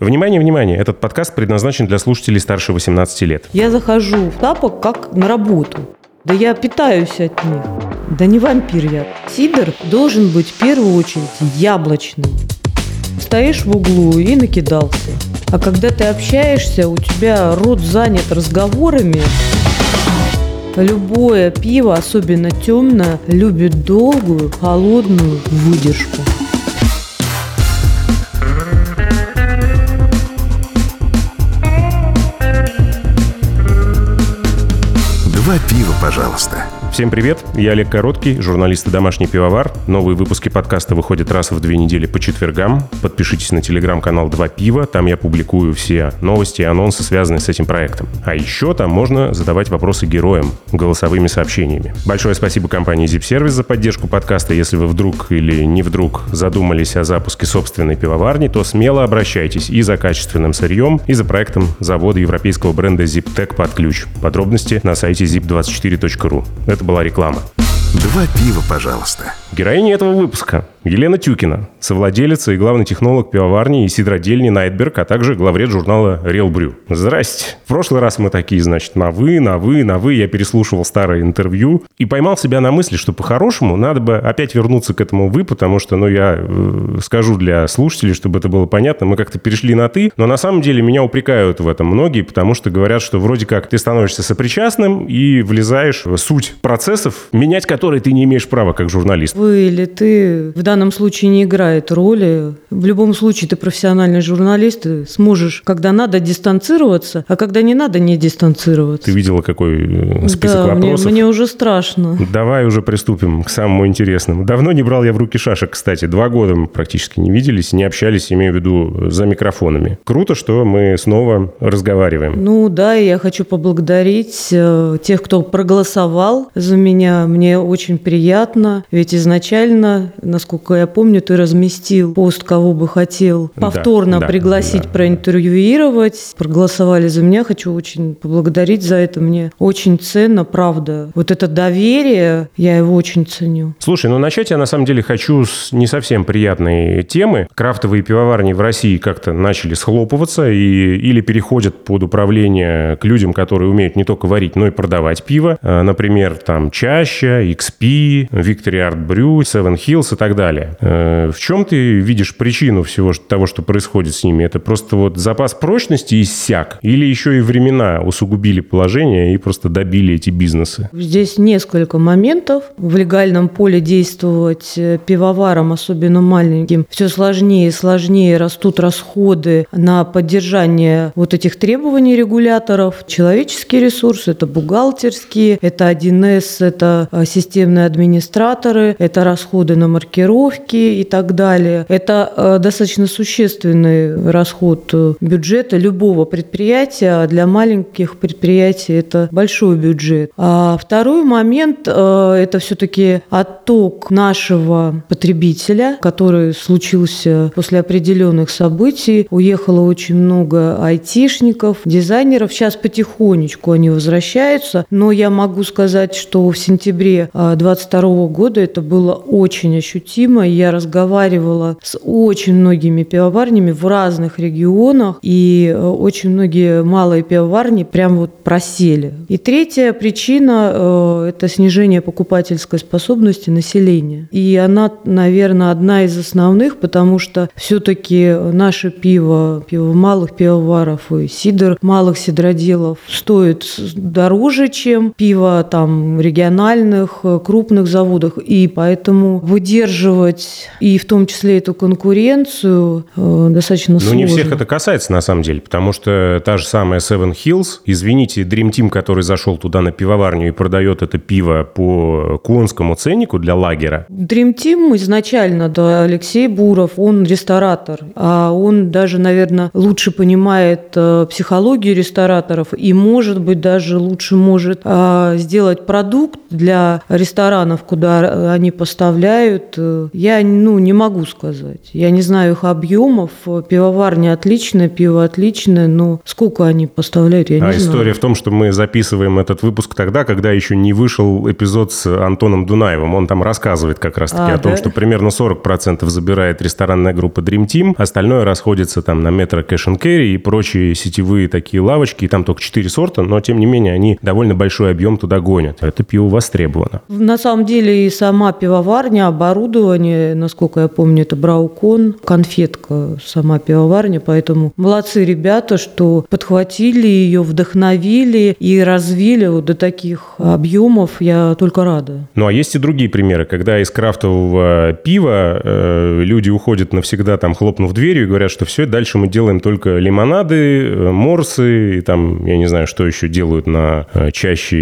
Внимание, внимание! Этот подкаст предназначен для слушателей старше 18 лет. Я захожу в тапок как на работу. Да я питаюсь от них. Да не вампир я. Сидр должен быть в первую очередь яблочным. Стоишь в углу и накидался. А когда ты общаешься, у тебя рот занят разговорами. Любое пиво, особенно темное, любит долгую, холодную выдержку. Два пива, пожалуйста. Всем привет, я Олег Короткий, журналист и домашний пивовар. Новые выпуски подкаста выходят раз в 2 недели по четвергам. Подпишитесь на телеграм-канал «Два пива», там я публикую все новости и анонсы, связанные с этим проектом. А еще там можно задавать вопросы героям голосовыми сообщениями. Большое спасибо компании ZipService за поддержку подкаста. Если вы вдруг или не вдруг задумались о запуске собственной пивоварни, то смело обращайтесь и за качественным сырьем, и за проектом завода европейского бренда ZipTech под ключ. Подробности на сайте zip24.ru. Это была реклама. Два пива, пожалуйста. Героиня этого выпуска – Елена Тюкина, совладелица и главный технолог пивоварни и сидродельни Найтберг, а также главред журнала Real Brew. Здрасте. В прошлый раз мы такие, значит, на вы. Я переслушивал старое интервью и поймал себя на мысли, что по-хорошему надо бы опять вернуться к этому вы, потому что, я скажу для слушателей, чтобы это было понятно, мы как-то перешли на ты, но на самом деле меня упрекают в этом многие, потому что говорят, что вроде как ты становишься сопричастным и влезаешь в суть процессов, менять которые ты не имеешь права как журналист. Вы или ты в данном случае не играет роли. В любом случае ты профессиональный журналист, ты сможешь, когда надо, дистанцироваться, а когда не надо, не дистанцироваться. Ты видела, какой список вопросов? Мне уже страшно. Давай уже приступим к самому интересному. Давно не брал я в руки шашек, кстати. 2 года мы практически не виделись, не общались, имею в виду, за микрофонами. Круто, что мы снова разговариваем. Да, и я хочу поблагодарить тех, кто проголосовал за меня. Мне очень приятно, ведь изначально, насколько я помню, ты разместил пост, кого бы хотел повторно пригласить, проинтервьюировать. Проголосовали за меня. Хочу очень поблагодарить за это. Мне очень ценно, правда. Вот это доверие, я его очень ценю. Слушай, начать я на самом деле хочу с не совсем приятной темы. Крафтовые пивоварни в России как-то начали схлопываться или переходят под управление к людям, которые умеют не только варить, но и продавать пиво. Например, там Чаща, XP, Victory Art Brew, Seven Hills и так далее. В чем ты видишь причину всего того, что происходит с ними? Это просто запас прочности иссяк? Или еще и времена усугубили положение и просто добили эти бизнесы? Здесь несколько моментов. В легальном поле действовать пивоварам, особенно маленьким, все сложнее и сложнее растут расходы на поддержание этих требований регуляторов. Человеческие ресурсы, это бухгалтерские, это 1С, это системные администраторы, это расходы на маркировки и так далее. Это достаточно существенный расход бюджета любого предприятия, а для маленьких предприятий это большой бюджет. А второй момент – это все-таки отток нашего потребителя, который случился после определенных событий. Уехало очень много айтишников, дизайнеров. Сейчас потихонечку они возвращаются, но я могу сказать, что в сентябре 2022 года это было очень ощутимо. Я разговаривала с очень многими пивоварнями в разных регионах, и очень многие малые пивоварни прям просели. И третья причина – это снижение покупательской способности населения. И она, наверное, одна из основных, потому что все-таки наше пиво малых пивоваров и сидр малых сидроделов стоит дороже, чем пиво региональных, крупных заводов. И поэтому выдерживать и в том числе эту конкуренцию достаточно сложно. Не всех это касается на самом деле, потому что та же самая Seven Hills, извините, Dream Team, который зашел туда на пивоварню и продает это пиво по конскому ценнику для лагера. Dream Team изначально, Алексей Буров, он ресторатор, а он даже, наверное, лучше понимает психологию рестораторов и, может быть, даже лучше может сделать продукт для ресторанов, куда они поставляют я не могу сказать. Я не знаю их объемов. Пивоварня отличная, пиво отличное, но сколько они поставляют, я не знаю. История в том, что мы записываем этот выпуск тогда, когда еще не вышел эпизод с Антоном Дунаевым. Он там рассказывает как раз-таки о том, что примерно 40% забирает ресторанная группа Dream Team, остальное расходится там на Metro Cash and Carry и прочие сетевые такие лавочки, и там только 4 сорта, но тем не менее они довольно большой объем туда гонят. Это пиво востребовано. На самом деле и сама пивоварня, оборудование, насколько я помню, это Браукон, конфетка сама пивоварня, поэтому молодцы ребята, что подхватили ее, вдохновили и развили вот до таких объемов, я только рада. Ну, а есть и другие примеры, когда из крафтового пива люди уходят навсегда, там, хлопнув дверью и говорят, что все, дальше мы делаем только лимонады, морсы, и там, я не знаю, что еще делают на чаще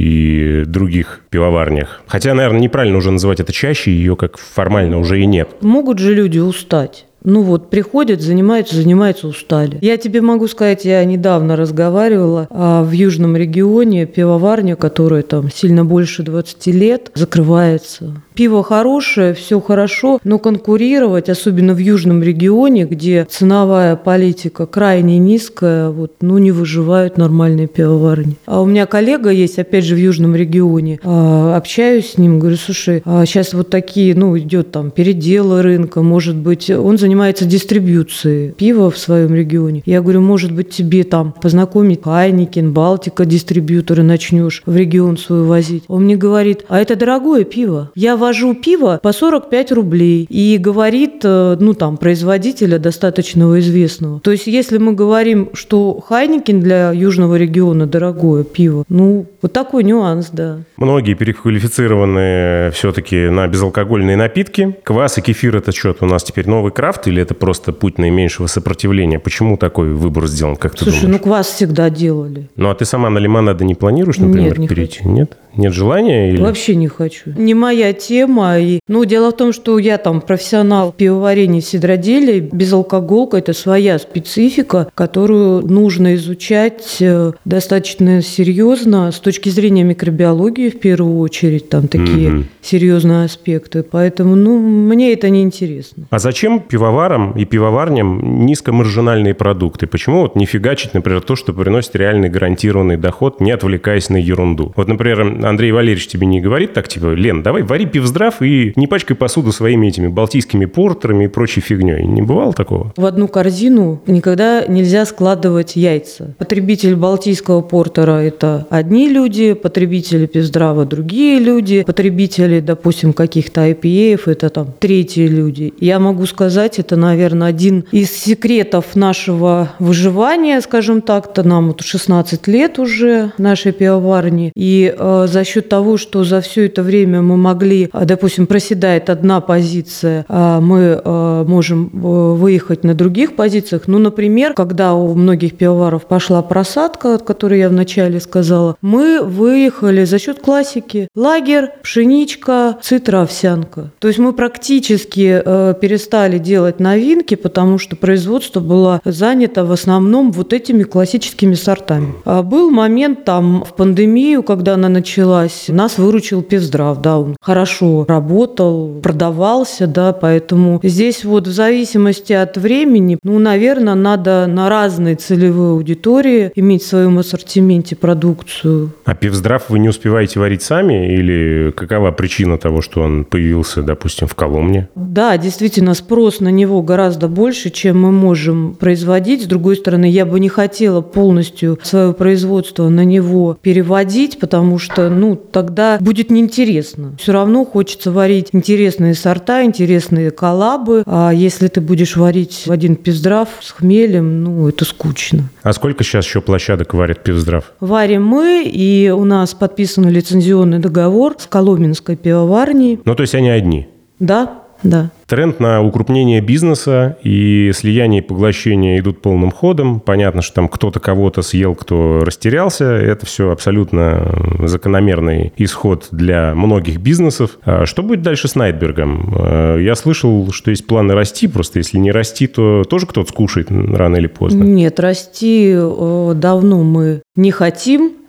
и других пивоварнях. Хотя, наверное, неправильно уже называть это чаще, ее как формально уже и нет. Могут же люди устать. Приходят, занимаются, устали. Я тебе могу сказать, я недавно разговаривала в южном регионе, пивоварня, которая там сильно больше 20 лет, закрывается. Пиво хорошее, все хорошо, но конкурировать, особенно в южном регионе, где ценовая политика крайне низкая, не выживают нормальные пивоварни. А у меня коллега есть, опять же, в южном регионе. Общаюсь с ним, говорю, слушай, сейчас такие, идет там передел рынка, может быть, он занимается дистрибьюцией пива в своем регионе. Я говорю, может быть, тебе там познакомить Хайникен, Балтика, дистрибьюторы начнешь в регион свой возить. Он мне говорит, а это дорогое пиво. Я вожу пиво по 45 рублей. И говорит, производителя достаточно известного. То есть, если мы говорим, что Хайникен для южного региона дорогое пиво, такой нюанс, да. Многие переквалифицированы все-таки на безалкогольные напитки. Квас и кефир – это что-то у нас теперь новый крафт или это просто путь наименьшего сопротивления? Почему такой выбор сделан, как ты думаешь? Слушай, квас всегда делали. А ты сама на лимонады не планируешь, например, Нет, не перейти? хочу. Нет? Нет желания? Или... Вообще не хочу. Не моя тема. Дело в том, что я там профессионал пивоварения, сидроделия. Безалкоголка – это своя специфика, которую нужно изучать достаточно серьезно с точки зрения микробиологии, в первую очередь, там такие серьезные аспекты. Поэтому, мне это не интересно. А зачем пивоварам и пивоварням низкомаржинальные продукты? Почему не фигачить, например, то, что приносит реальный гарантированный доход, не отвлекаясь на ерунду? Например, Андрей Валерьевич тебе не говорит так, Лен, давай вари пивздрав и не пачкай посуду своими этими балтийскими портерами и прочей фигней. Не бывало такого? В одну корзину никогда нельзя складывать яйца. Потребитель балтийского портера – это одни люди, потребители пивздрава – другие люди, потребители, допустим, каких-то IPA – это там третьи люди. Я могу сказать, это, наверное, один из секретов нашего выживания, скажем так-то, нам 16 лет уже нашей пивоварни, и за счет того, что за все это время мы могли, допустим, проседает одна позиция, мы можем выехать на других позициях. Например, когда у многих пивоваров пошла просадка, о которой я вначале сказала, мы выехали за счет классики. Лагерь, пшеничка, цитра, овсянка. То есть мы практически перестали делать новинки, потому что производство было занято в основном этими классическими сортами. Был момент там в пандемию, когда она началась, нас выручил пивздрав, да, он хорошо работал, продавался, да, поэтому здесь в зависимости от времени, наверное, надо на разные целевые аудитории иметь в своем ассортименте продукцию. А пивздрав вы не успеваете варить сами или какова причина того, что он появился, допустим, в Коломне? Да, действительно, спрос на него гораздо больше, чем мы можем производить. С другой стороны, я бы не хотела полностью свое производство на него переводить, потому что, тогда будет неинтересно. Все равно хочется варить интересные сорта, интересные коллабы. А если ты будешь варить один пивздрав с хмелем, это скучно. А сколько сейчас еще площадок варит пивздрав? Варим мы, и у нас подписан лицензионный договор с Коломенской пивоварней. То есть они одни? Да. Тренд на укрупнение бизнеса и слияние и поглощение идут полным ходом. Понятно, что там кто-то кого-то съел, кто растерялся. Это все абсолютно закономерный исход для многих бизнесов. А что будет дальше с Найтбергом? Я слышал, что есть планы расти. Просто если не расти, то тоже кто-то скушает рано или поздно. Нет, расти давно мы не хотим.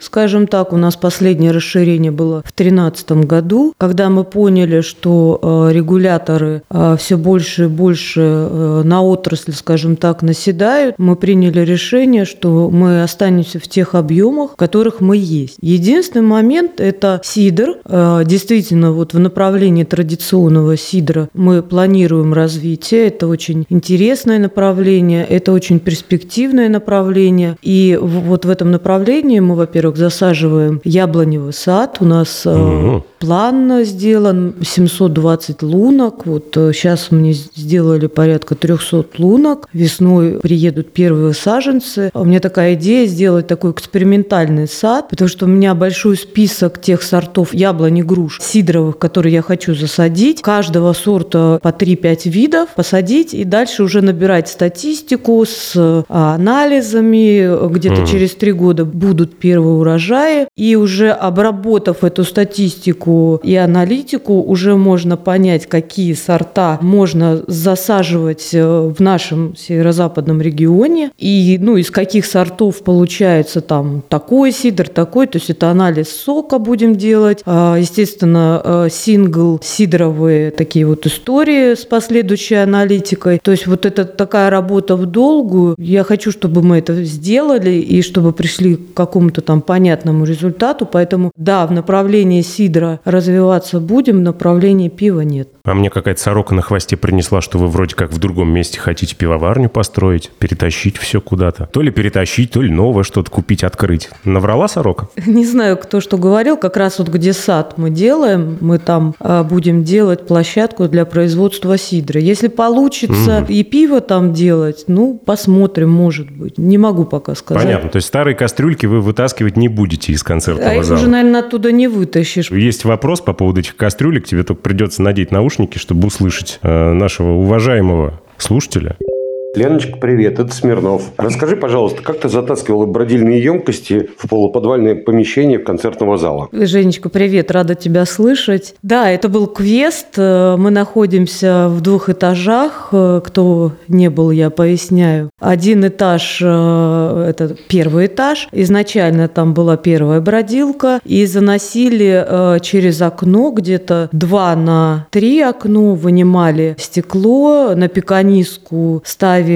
скажем так. У нас последнее расширение было в 2013 году, когда мы поняли, что регуляторы все больше и больше на отрасль, скажем так, наседают. Мы приняли решение, что мы останемся в тех объемах, в которых мы есть. Единственный момент – это сидр. Действительно, вот в направлении традиционного сидра мы планируем развитие. Это очень интересное направление, это очень перспективное направление. И вот в этом направлении мы, во-первых, засаживаем яблоневый сад. У нас план сделан 720 лунок. Вот сейчас мне сделали порядка 300 лунок. Весной приедут первые саженцы. У меня такая идея сделать такой экспериментальный сад, потому что у меня большой список тех сортов яблонь и груш сидровых, которые я хочу засадить. Каждого сорта по 3-5 видов посадить и дальше уже набирать статистику с анализами. Где-то через 3 года будут первые урожаи. И уже обработав эту статистику и аналитику, уже можно понять, какие сорта можно засаживать в нашем северо-западном регионе. И из каких сортов получается там такой сидр, такой. То есть это анализ сока будем делать. Естественно, сингл, сидровые такие вот истории с последующей аналитикой. То есть вот это такая работа в долгую. Я хочу, чтобы мы это сделали и чтобы пришли к какому-то там понятному результату. Поэтому, да, в направлении сидра развиваться будем, в направлении пива нет. А мне какая-то сорока на хвосте принесла, что вы вроде как в другом месте хотите пивоварню построить, перетащить все куда-то. То ли перетащить, то ли новое что-то купить, открыть. Наврала сорока? Не знаю, кто что говорил. Как раз вот где сад мы делаем, мы там будем делать площадку для производства сидра. Если получится и пиво там делать, посмотрим, может быть. Не могу пока сказать. Понятно. То есть старые кастрюльки вы вытаскивать не будете из концертного зала? Их уже, наверное, оттуда не вытащишь. Есть вопрос по поводу этих кастрюлек. Тебе только придется надеть наушники, чтобы услышать нашего уважаемого слушателя. Леночка, привет, это Смирнов. Расскажи, пожалуйста, как ты затаскивала бродильные емкости в полуподвальное помещение концертного зала? Женечка, привет, рада тебя слышать. Да, это был квест. Мы находимся в 2 этажах. Кто не был, я поясняю. Один этаж – это первый этаж. Изначально там была первая бродилка. И заносили через окно, где-то 2 на 3 окно, вынимали стекло, на пиканиску ставили,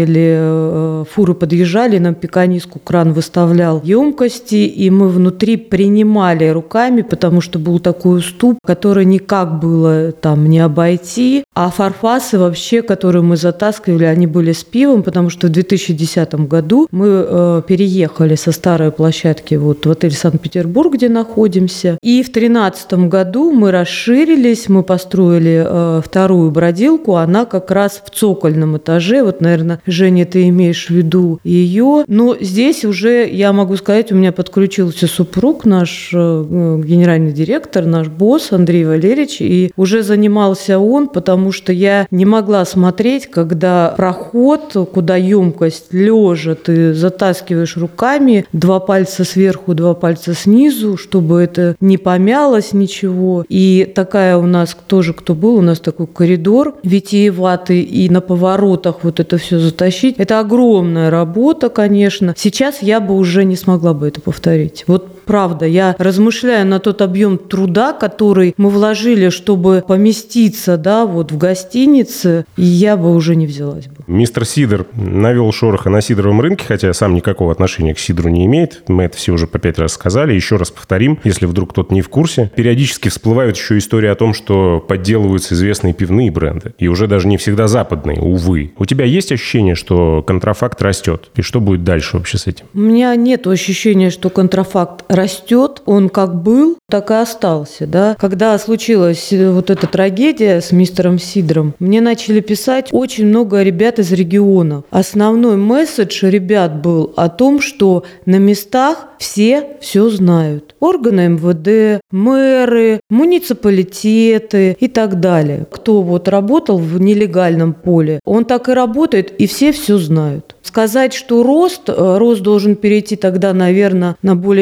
фуры подъезжали, нам пиканиску кран выставлял емкости, и мы внутри принимали руками, потому что был такой уступ, который никак было там не обойти. А фарфасы вообще, которые мы затаскивали, они были с пивом, потому что в 2010 году мы переехали со старой площадки вот в отель Санкт-Петербург, где находимся. И в 2013 году мы расширились, мы построили 2-ю бродилку, она как раз в цокольном этаже. Вот, наверное, Женя, ты имеешь в виду ее. Но здесь уже, я могу сказать, у меня подключился супруг, наш генеральный директор, наш босс Андрей Валерьевич, и уже занимался он, потому что я не могла смотреть, когда проход, куда емкость лежа, ты затаскиваешь руками, 2 пальца сверху, 2 пальца снизу, чтобы это не помялось ничего. И такая у нас тоже, кто был, у нас такой коридор витиеватый, и на поворотах вот это все затащить. Это огромная работа, конечно. Сейчас я бы уже не смогла бы это повторить. Вот правда, я размышляю на тот объем труда, который мы вложили, чтобы поместиться, вот в гостинице, и я бы уже не взялась бы. Мистер Сидр навел шороха на сидровом рынке, хотя сам никакого отношения к сидру не имеет. Мы это все уже по 5 раз сказали. Еще раз повторим, если вдруг кто-то не в курсе. Периодически всплывают еще истории о том, что подделываются известные пивные бренды. И уже даже не всегда западные, увы. У тебя есть ощущение, что контрафакт растет? И что будет дальше вообще с этим? У меня нет ощущения, что контрафакт растет. Он как был, так и остался. Да? Когда случилась вот эта трагедия с мистером Сидром, мне начали писать очень много ребят из регионов. Основной месседж ребят был о том, что на местах все знают. Органы МВД, мэры, муниципалитеты и так далее. Кто работал в нелегальном поле, он так и работает, и все знают. Сказать, что рост должен перейти тогда, наверное, на более-менее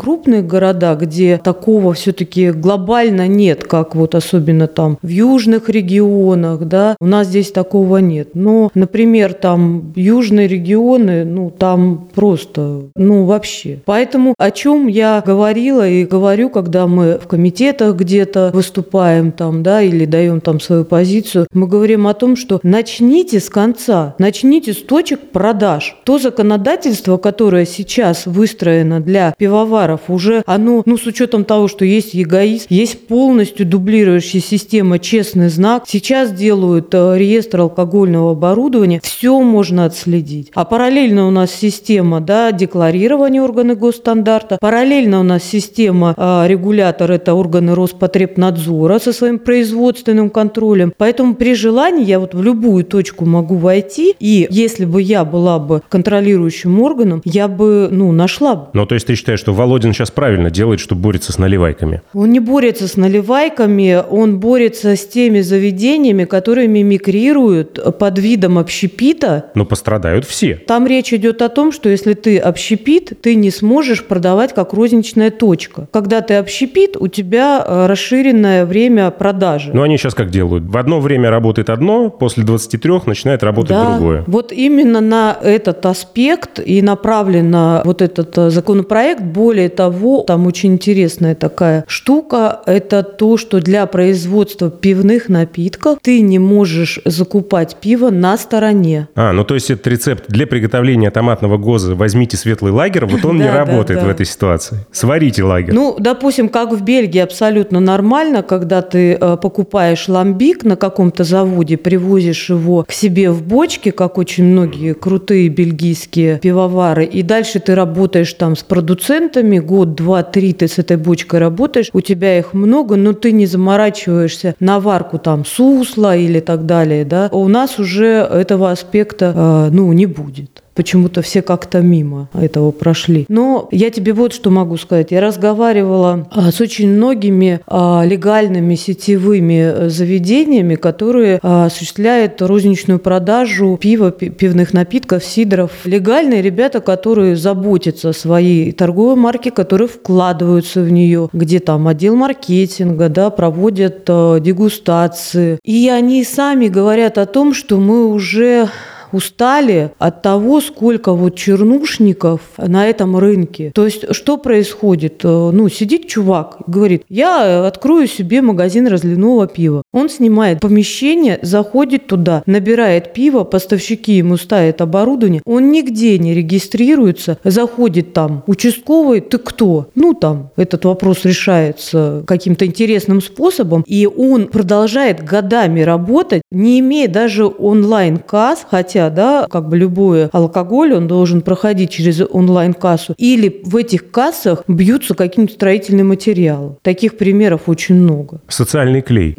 крупных городах, где такого все-таки глобально нет, как вот особенно там в южных регионах, да, у нас здесь такого нет. Но, например, там южные регионы, ну, там просто, ну, вообще. Поэтому о чем я говорила и говорю, когда мы в комитетах где-то выступаем там, да, или даем там свою позицию, мы говорим о том, что начните с конца, начните с точек продаж. То законодательство, которое сейчас выстроено для пивоваров, уже оно, ну, с учетом того, что есть ЕГАИС, есть полностью дублирующая система «Честный знак». Сейчас делают реестр алкогольного оборудования, все можно отследить. А параллельно у нас система, да, декларирования органы госстандарта, параллельно у нас система регулятор, это органы Роспотребнадзора со своим производственным контролем. Поэтому при желании я вот в любую точку могу войти, и если бы я была бы контролирующим органом, я бы, ну, нашла бы. Ну, то есть ты считаешь, что Володин сейчас правильно делает, что борется с наливайками? Он не борется с наливайками, он борется с теми заведениями, которые мимикрируют под видом общепита. Но пострадают все. Там речь идет о том, что если ты общепит, ты не сможешь продавать как розничная точка. Когда ты общепит, у тебя расширенное время продажи. Но они сейчас как делают? В одно время работает одно, после 23 начинает работать другое. Вот именно на этот аспект и направлен вот этот законопроект. Более того, там очень интересная такая штука. Это то, что для производства пивных напитков ты не можешь закупать пиво на стороне. Ну то есть этот рецепт для приготовления томатного гоза «возьмите светлый лагерь», вот он не работает в этой ситуации. Сварите лагерь. Ну, допустим, как в Бельгии абсолютно нормально, когда ты покупаешь ламбик на каком-то заводе, привозишь его к себе в бочке, как очень многие крутые бельгийские пивовары, и дальше ты работаешь там с продуцентами, год, два, три ты с этой бочкой работаешь, у тебя их много, но ты не заморачиваешься на варку там сусла или так далее, да. У нас уже этого аспекта, не будет. Почему-то все как-то мимо этого прошли. Но я тебе вот что могу сказать. Я разговаривала с очень многими легальными сетевыми заведениями, которые осуществляют розничную продажу пива, пивных напитков, сидров. Легальные ребята, которые заботятся о своей торговой марке, которые вкладываются в нее, где там отдел маркетинга, да, проводят дегустации. И они сами говорят о том, что мы уже устали от того, сколько вот чернушников на этом рынке. То есть, что происходит? Сидит чувак и говорит: я открою себе магазин разливного пива. Он снимает помещение, заходит туда, набирает пиво, поставщики ему ставят оборудование, он нигде не регистрируется, заходит там участковый: ты кто? Этот вопрос решается каким-то интересным способом, и он продолжает годами работать, не имея даже онлайн-касс, хотя любой алкоголь, он должен проходить через онлайн-кассу. Или в этих кассах бьются какие-нибудь строительные материалы. Таких примеров очень много. Социальный клей.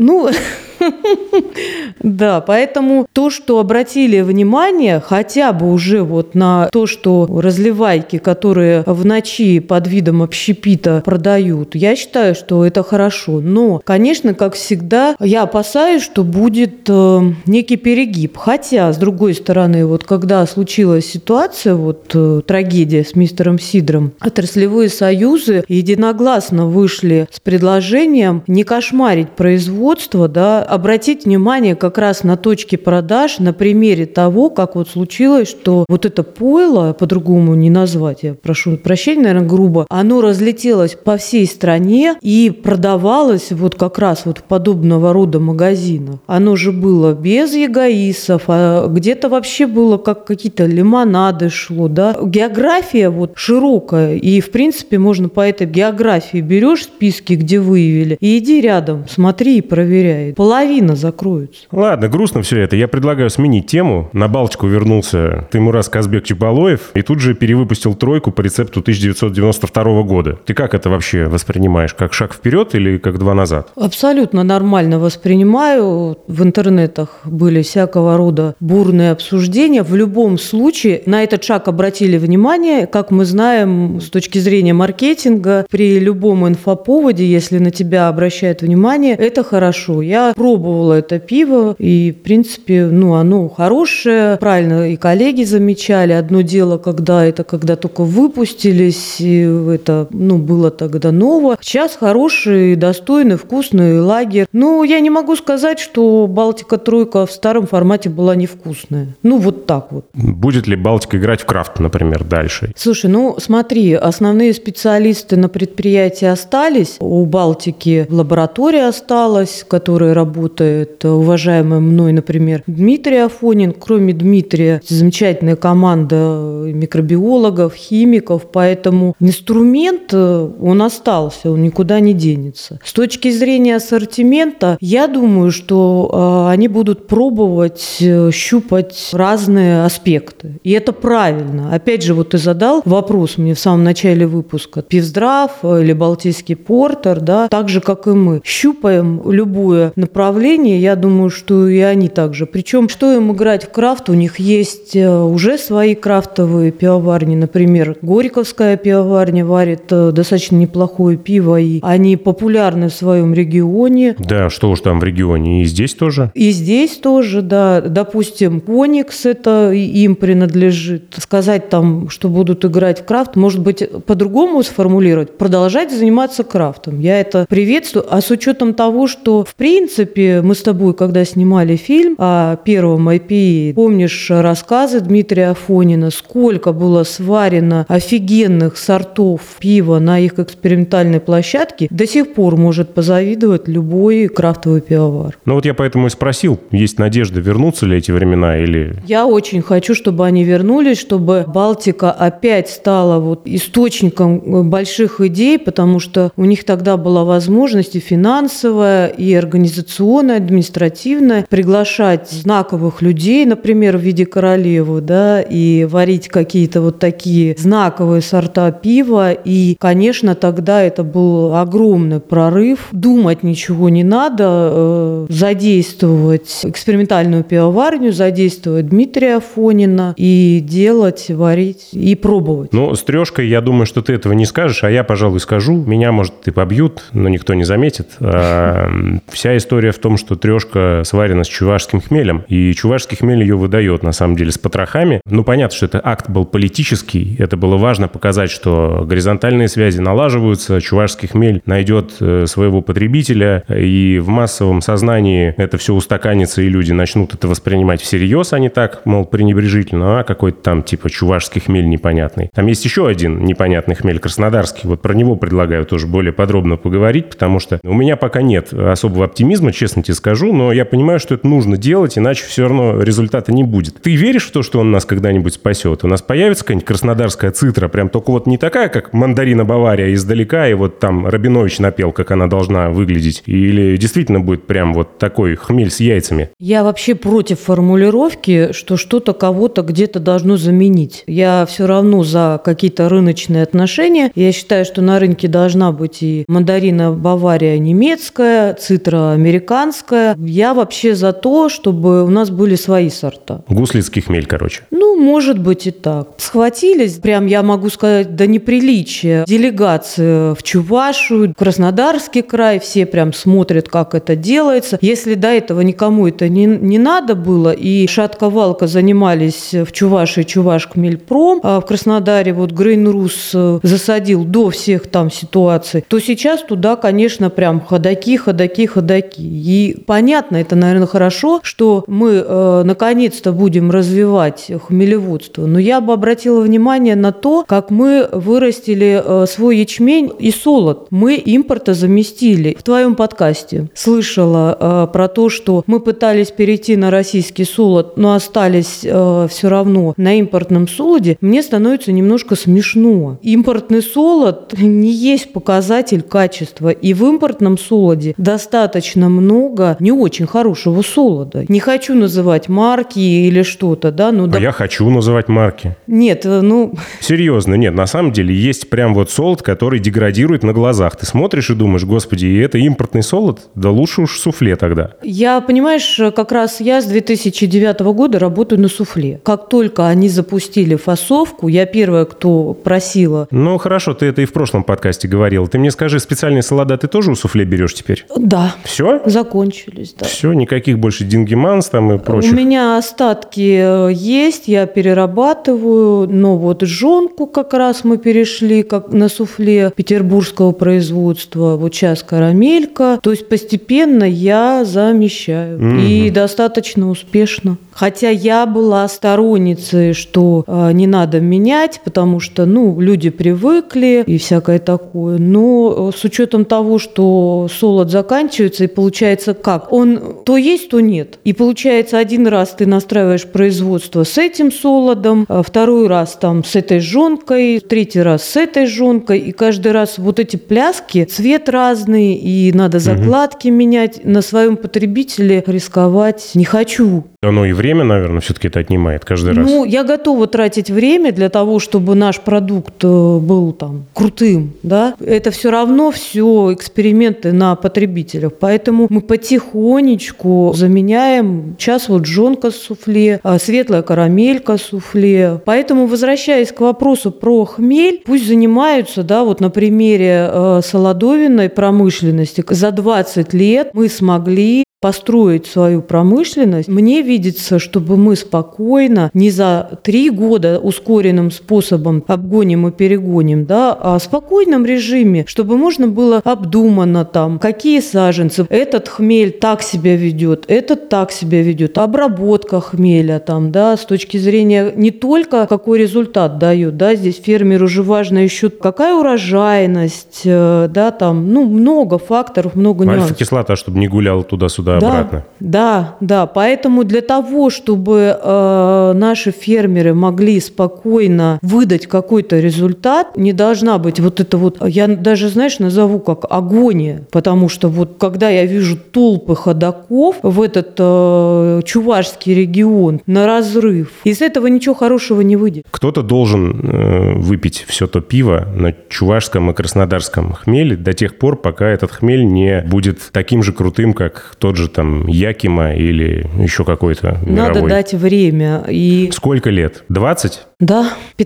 Да, поэтому то, что обратили внимание хотя бы уже вот на то, что разливайки, которые в ночи под видом общепита продают, я считаю, что это хорошо. Но, конечно, как всегда, я опасаюсь, что будет некий перегиб. Хотя, с другой стороны, вот когда случилась ситуация, трагедия с мистером Сидром, отраслевые союзы единогласно вышли с предложением не кошмарить производство, обратить внимание как раз на точки продаж на примере того, как случилось, что это пойло, по-другому не назвать, я прошу прощения, наверное, грубо, оно разлетелось по всей стране и продавалось как раз в подобного рода магазинах. Оно же было без ЕГАИСов, а где-то вообще было как какие-то лимонады шло, да. География широкая, и, в принципе, можно по этой географии берешь списки, где выявили, и иди рядом, смотри и проверяй. Половина закроется. Ладно, грустно все это. Я предлагаю сменить тему. На Балтику вернулся Таймураз Казбек Чебалоев и тут же перевыпустил тройку по рецепту 1992 года. Ты как это вообще воспринимаешь? Как шаг вперед или как два назад? Абсолютно нормально воспринимаю. В интернетах были всякого рода бурные обсуждения. В любом случае на этот шаг обратили внимание. Как мы знаем, с точки зрения маркетинга, при любом инфоповоде, если на тебя обращают внимание, это хорошо. Я пробовала это пиво, и, в принципе, оно хорошее, правильно и коллеги замечали. Одно дело, когда только выпустились, и это, было тогда ново. Сейчас хороший, достойный, вкусный лагерь. Я не могу сказать, что «Балтика-тройка» в старом формате была невкусная. Вот так вот. Будет ли «Балтика» играть в крафт, например, дальше? Слушай, смотри, основные специалисты на предприятии остались. У «Балтики» лаборатория осталась, которая работает, уважаемый мной, например, Дмитрий Афонин. Кроме Дмитрия, замечательная команда микробиологов, химиков, поэтому инструмент, он остался, он никуда не денется. С точки зрения ассортимента, я думаю, что они будут пробовать щупать разные аспекты. И это правильно. Опять же, ты задал вопрос мне в самом начале выпуска. Пивздрав или Балтийский портер, да, так же, как и мы. Щупаем любое направление, я думаю, что и они также. Причем, что им играть в крафт, у них есть уже свои крафтовые пивоварни. Например, Горьковская пивоварня варит достаточно неплохое пиво, и они популярны в своем регионе. Да, что уж там в регионе, и здесь тоже? И здесь тоже, да. Допустим, Коникс, это им принадлежит. Сказать там, что будут играть в крафт, может быть, по-другому сформулировать, продолжать заниматься крафтом. Я это приветствую. А с учетом того, что, в принципе, мы с тобой, когда снимали фильм о первом IPA, помнишь рассказы Дмитрия Афонина, сколько было сварено офигенных сортов пива на их экспериментальной площадке, до сих пор может позавидовать любой крафтовый пивовар. Я поэтому и спросил, есть надежда, вернутся ли эти времена или... Я очень хочу, чтобы они вернулись, чтобы Балтика опять стала источником больших идей, потому что у них тогда была возможность и финансовая, и организационная, административная приглашать знаковых людей, например, в виде королевы, да, и варить какие-то такие знаковые сорта пива. И, конечно, тогда это был огромный прорыв. Думать ничего не надо, задействовать экспериментальную пивоварню, задействовать Дмитрия Афонина и делать, варить и пробовать. С трешкой, я думаю, что ты этого не скажешь, а я, пожалуй, скажу. Меня, может, и побьют, но никто не заметит. Вся история в том, что трешка сварена с чувашским хмелем, и чувашский хмель ее выдает, на самом деле, с потрохами. Понятно, что это акт был политический, это было важно показать, что горизонтальные связи налаживаются, чувашский хмель найдет своего потребителя, и в массовом сознании это все устаканится, и люди начнут это воспринимать всерьез, а не так, пренебрежительно, какой-то там типа чувашский хмель непонятный. Там есть еще один непонятный хмель, краснодарский, про него предлагаю тоже более подробно поговорить, потому что у меня пока нет особого оптимизма, честно тебе скажу, но я понимаю, что это нужно делать, иначе все равно результата не будет. Ты веришь в то, что он нас когда-нибудь спасет? У нас появится какая-нибудь краснодарская цитра, прям только не такая, как мандарина Бавария издалека, и там Рабинович напел, как она должна выглядеть, или действительно будет прям такой хмель с яйцами? Я вообще против формулировки, что что-то кого-то где-то должно заменить. Я все равно за какие-то рыночные отношения. Я считаю, что на рынке должна быть и мандарина Бавария немецкая, цитра американская. Я вообще за то, чтобы у нас были свои сорта. Гуслицкий хмель, короче. Может быть и так. Схватились, прям я могу сказать, до неприличия. Делегация в Чувашию, Краснодарский край, все прям смотрят, как это делается. Если до этого никому это не надо было, и шатка-валка занимались в Чувашии Чувашхмельпром, а в Краснодаре Грейнрус засадил до всех там ситуаций, то сейчас туда, конечно, прям ходаки. И понятно, это, наверное, хорошо, что мы наконец-то будем развивать хмелеводство. Но я бы обратила внимание на то, как мы вырастили свой ячмень и солод. Мы импортозаместили. В твоем подкасте слышала про то, что мы пытались перейти на российский солод, но остались все равно на импортном солоде. Мне становится немножко смешно. Импортный солод не есть показатель качества. И в импортном солоде достаточно много не очень хорошего солода. Не хочу называть марки или что-то, да? Я хочу называть марки. Нет, Серьезно, нет, на самом деле есть прям солод, который деградирует на глазах. Ты смотришь и думаешь, господи, и это импортный солод? Да лучше уж суфле тогда. Понимаешь, как раз я с 2009 года работаю на суфле. Как только они запустили фасовку, я первая, кто просила. Хорошо, ты это и в прошлом подкасте говорил. Ты мне скажи, специальные солода ты тоже у суфле берешь теперь? Да. Все? Закончились, да. Все, никаких больше дингеманс там и прочих. У меня остатки есть, я перерабатываю, но вот жжёнку как раз мы перешли как на суфле петербургского производства, вот сейчас карамелька, то есть постепенно я замещаю и достаточно успешно. Хотя я была сторонницей, что не надо менять, потому что, люди привыкли и всякое такое, но с учетом того, что солод заканчивается, и получается как? Он то есть, то нет. И получается, один раз ты настраиваешь производство с этим солодом, второй раз там с этой жжёнкой, третий раз с этой жжёнкой, и каждый раз вот эти пляски, цвет разный, и надо закладки менять. На своем потребителе рисковать не хочу. Оно и время, наверное, все-таки это отнимает каждый раз. Я готова тратить время для того, чтобы наш продукт был там крутым, да. Это все равно все эксперименты на потребителях, поэтому мы потихонечку заменяем. Сейчас вот жжёнка с суфле, светлая карамелька с суфле. Поэтому, возвращаясь к вопросу про хмель, пусть занимаются, да, вот на примере солодовинной промышленности. За 20 лет мы смогли построить свою промышленность. Мне видится, чтобы мы спокойно, не за 3 года ускоренным способом обгоним и перегоним, да, а в спокойном режиме, чтобы можно было обдуманно там, какие саженцы, этот хмель так себя ведет, этот так себя ведет, обработка хмеля там, да, с точки зрения не только какой результат дает, да, здесь фермеру же важно еще какая урожайность, да, там, много факторов, много нюансов. Альфа-кислота, чтобы не гулял туда-сюда. Обратно. Да. Поэтому для того, чтобы наши фермеры могли спокойно выдать какой-то результат, не должна быть вот это вот, я даже, назову как агония, потому что вот когда я вижу толпы ходоков в этот Чувашский регион на разрыв, из этого ничего хорошего не выйдет. Кто-то должен выпить все то пиво на чувашском и краснодарском хмеле до тех пор, пока этот хмель не будет таким же крутым, как тот же там Якима или еще какой-то мировой. Надо дать время. И... Сколько лет? 20? Да,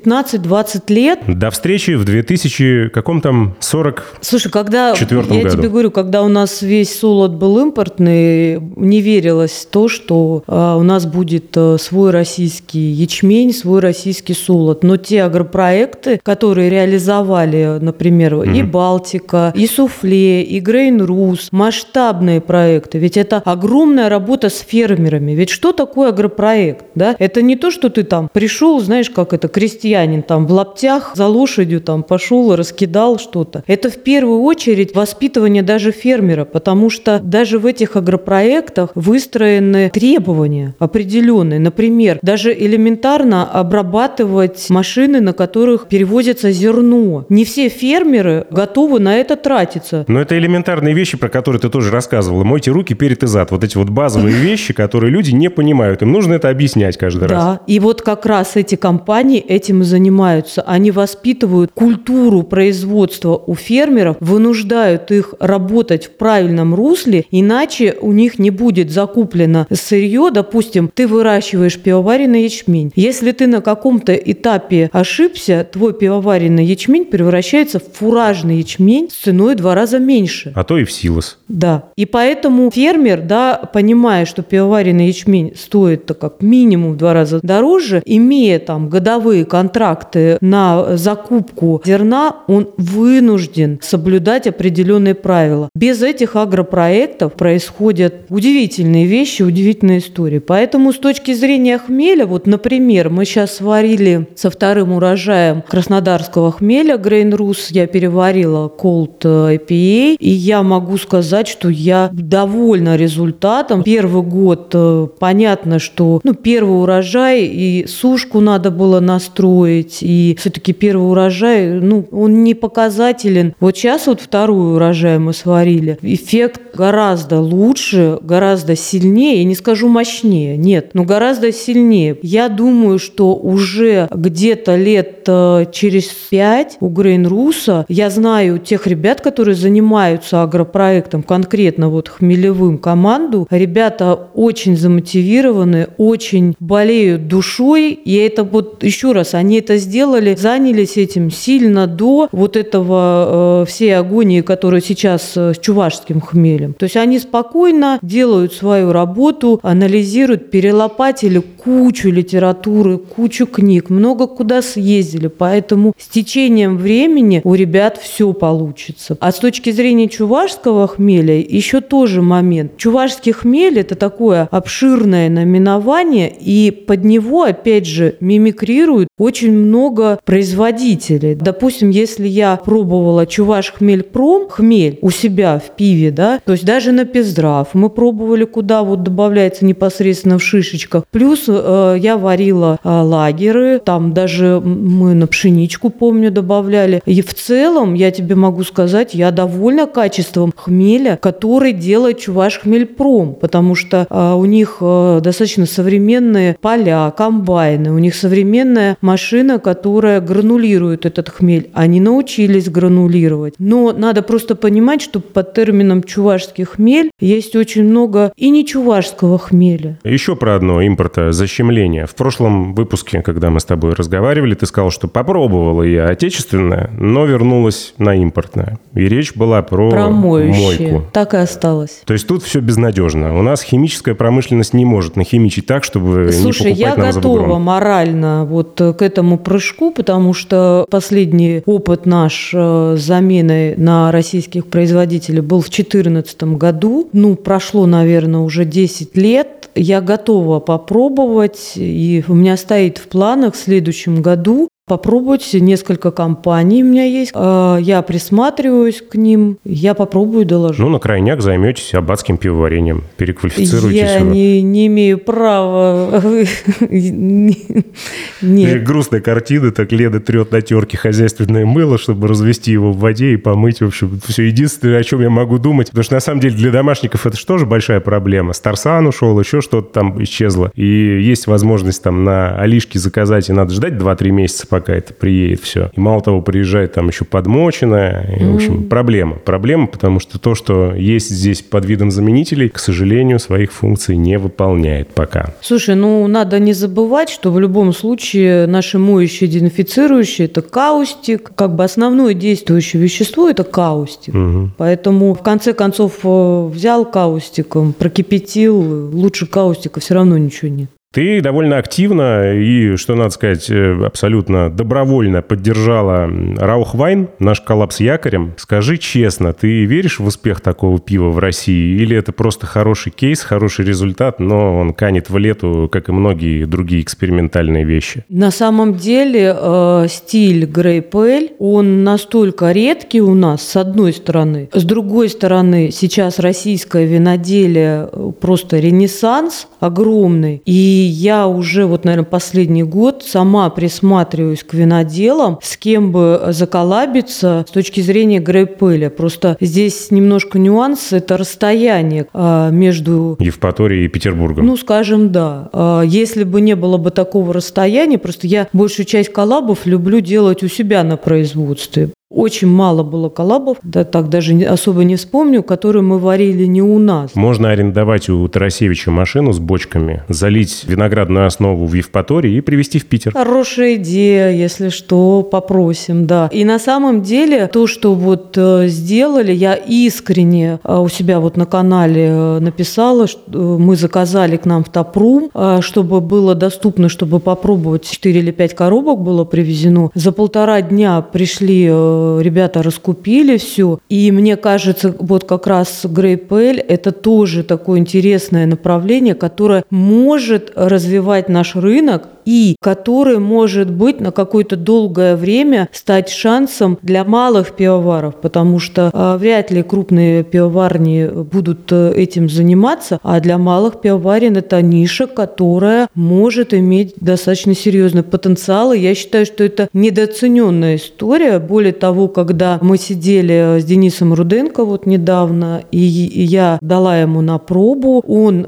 15-20 лет. До встречи в 2000 каком там 44 Слушай, когда я году. тебе говорю, когда у нас весь солод был импортный, не верилось в то, что у нас будет свой российский ячмень, свой российский солод. Но те агропроекты, которые реализовали, например, и Балтика, и Суфле, и Грейн-Рус, масштабные проекты, ведь это огромная работа с фермерами. Ведь что такое агропроект? Да? Это не то, что ты там пришел, знаешь, как это, крестьянин там в лаптях за лошадью там пошел и раскидал что-то. Это в первую очередь воспитывание даже фермера, потому что даже в этих агропроектах выстроены требования определенные. Например, даже элементарно обрабатывать машины, на которых перевозится зерно. Не все фермеры готовы на это тратиться. Но это элементарные вещи, про которые ты тоже рассказывала. Мойте руки перед и зад. Вот эти вот базовые вещи, которые люди не понимают. Им нужно это объяснять каждый раз. Да, и вот как раз эти компании этим и занимаются. Они воспитывают культуру производства у фермеров, вынуждают их работать в правильном русле, иначе у них не будет закуплено сырье. Допустим, ты выращиваешь пивоваренный ячмень. Если ты на каком-то этапе ошибся, твой пивоваренный ячмень превращается в фуражный ячмень с ценой в 2 раза меньше. А то и в силос. Да. И поэтому фермер, понимая, что пивоваренный ячмень стоит как минимум в 2 раза дороже, имея там годовые контракты на закупку зерна, он вынужден соблюдать определенные правила. Без этих агропроектов происходят удивительные вещи, удивительные истории. Поэтому с точки зрения хмеля, вот, например, мы сейчас сварили со 2-м урожаем краснодарского хмеля Грейн-Рус, я переварила Cold IPA, и я могу сказать, что я довольна результатом. Первый год, понятно, что первый урожай, и сушку надо было настроить, и все-таки первый урожай, он не показателен. Вот сейчас вот 2-й урожай мы сварили. Эффект гораздо лучше, гораздо сильнее, я не скажу мощнее, нет, но гораздо сильнее. Я думаю, что уже где-то лет через 5 у Грейн-Руса, я знаю тех ребят, которые занимаются агропроектом, конкретно вот хмелевым команду, ребята очень замотивированы, очень болеют душой, и это вот еще раз, они это сделали, занялись этим сильно до вот этого всей агонии, которая сейчас с чувашским хмелем. То есть они спокойно делают свою работу, анализируют, перелопатили кучу литературы, кучу книг, много куда съездили, поэтому с течением времени у ребят все получится. А с точки зрения чувашского хмеля еще тоже момент. Чувашский хмель – это такое обширное наименование, и под него, опять же, мимикрируют очень много производителей. Допустим, если я пробовала Чуваш Хмельпром, хмель у себя в пиве, да, то есть даже на Пиздрав мы пробовали, куда вот добавляется непосредственно в шишечках. Плюс я варила лагеры, там даже мы на пшеничку, помню, добавляли. И в целом, я тебе могу сказать, я довольна качеством хмеля, который делает Чуваш Хмельпром, потому что у них достаточно современные поля, комбайны, у них современная машина, которая гранулирует этот хмель. Они научились гранулировать. Но надо просто понимать, что под термином чувашский хмель есть очень много и не чувашского хмеля. Еще про одно импортозащемление. В прошлом выпуске, когда мы с тобой разговаривали, ты сказал, что попробовала я отечественное, но вернулась на импортное. И речь была про моющие. Мойку. Так и осталось. То есть тут все безнадежно. У нас химическая промышленность не может нахимичить так, чтобы Слушай, не покупать нам за бугром. я готова морально вот к этому прыжку, потому что последний опыт наш с заменой на российских производителей был в 2014 году. Прошло, наверное, уже 10 лет. Я готова попробовать, и у меня стоит в планах в следующем году попробовать несколько компаний у меня есть. Я присматриваюсь к ним. Я попробую, доложу. На крайняк займетесь аббатским пивоварением. Переквалифицируйтесь. Я не имею права. Нет. Грустная картина. Так Лена трет на терке хозяйственное мыло, чтобы развести его в воде и помыть. В общем, все единственное, о чем я могу думать. Потому что, на самом деле, для домашников это же тоже большая проблема. Старсан ушел, еще что-то там исчезло. И есть возможность там на Алишке заказать, и надо ждать 2-3 месяца, пока это приедет все. И мало того, приезжает там еще подмоченное. И, в общем, проблема. Проблема, потому что то, что есть здесь под видом заменителей, к сожалению, своих функций не выполняет пока. Слушай, надо не забывать, что в любом случае наши моющие, дезинфицирующие – это каустик. Основное действующее вещество – это каустик. Угу. Поэтому, в конце концов, взял каустиком, прокипятил, лучше каустика все равно ничего нет. Ты довольно активно и, что надо сказать, абсолютно добровольно поддержала Раухвайн, наш коллаб с Якорем. Скажи честно, ты веришь в успех такого пива в России? Или это просто хороший кейс, хороший результат, но он канет в лету, как и многие другие экспериментальные вещи? На самом деле стиль Grape Ale, он настолько редкий у нас, с одной стороны. С другой стороны, сейчас российское виноделие просто ренессанс огромный. И я уже, наверное, последний год сама присматриваюсь к виноделам, с кем бы заколлабиться с точки зрения Grape Ale. Просто здесь немножко нюанс, это расстояние между Евпаторией и Петербургом. Скажем, да. Если бы не было бы такого расстояния, просто я большую часть коллабов люблю делать у себя на производстве. Очень мало было коллабов, так даже особо не вспомню, которые мы варили не у нас. Можно арендовать у Тарасевича машину с бочками, залить виноградную основу в Евпатории и привезти в Питер. Хорошая идея, если что, попросим, да. И на самом деле то, что сделали, я искренне у себя на канале написала, что мы заказали к нам в Тапрум, чтобы было доступно, чтобы попробовать. 4 или 5 коробок было привезено. За 1,5 дня пришли ребята, раскупили все. И мне кажется, как раз Grape Ale – это тоже такое интересное направление, которое может развивать наш рынок и который может быть на какое-то долгое время стать шансом для малых пивоваров, потому что вряд ли крупные пивоварни будут этим заниматься, а для малых пивоварен это ниша, которая может иметь достаточно серьезный потенциал. И я считаю, что это недооцененная история. Более того, когда мы сидели с Денисом Руденко недавно, и я дала ему на пробу, он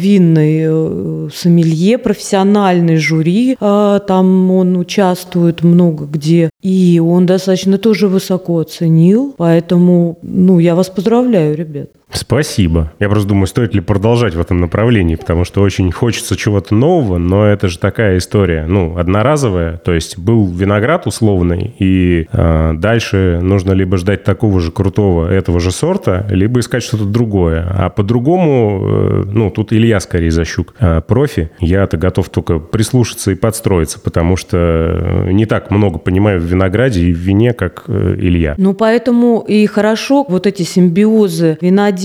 винный сомелье, профессиональный жюри, там он участвует много где, и он достаточно тоже высоко оценил, поэтому, я вас поздравляю, ребят. Спасибо. Я просто думаю, стоит ли продолжать в этом направлении, потому что очень хочется чего-то нового, но это же такая история, одноразовая. То есть был виноград условный, и дальше нужно либо ждать такого же крутого этого же сорта, либо искать что-то другое. А по-другому, тут Илья скорее защук, профи. Я-то готов только прислушаться и подстроиться, потому что не так много понимаю в винограде и в вине, как Илья. Поэтому и хорошо вот эти симбиозы виноделов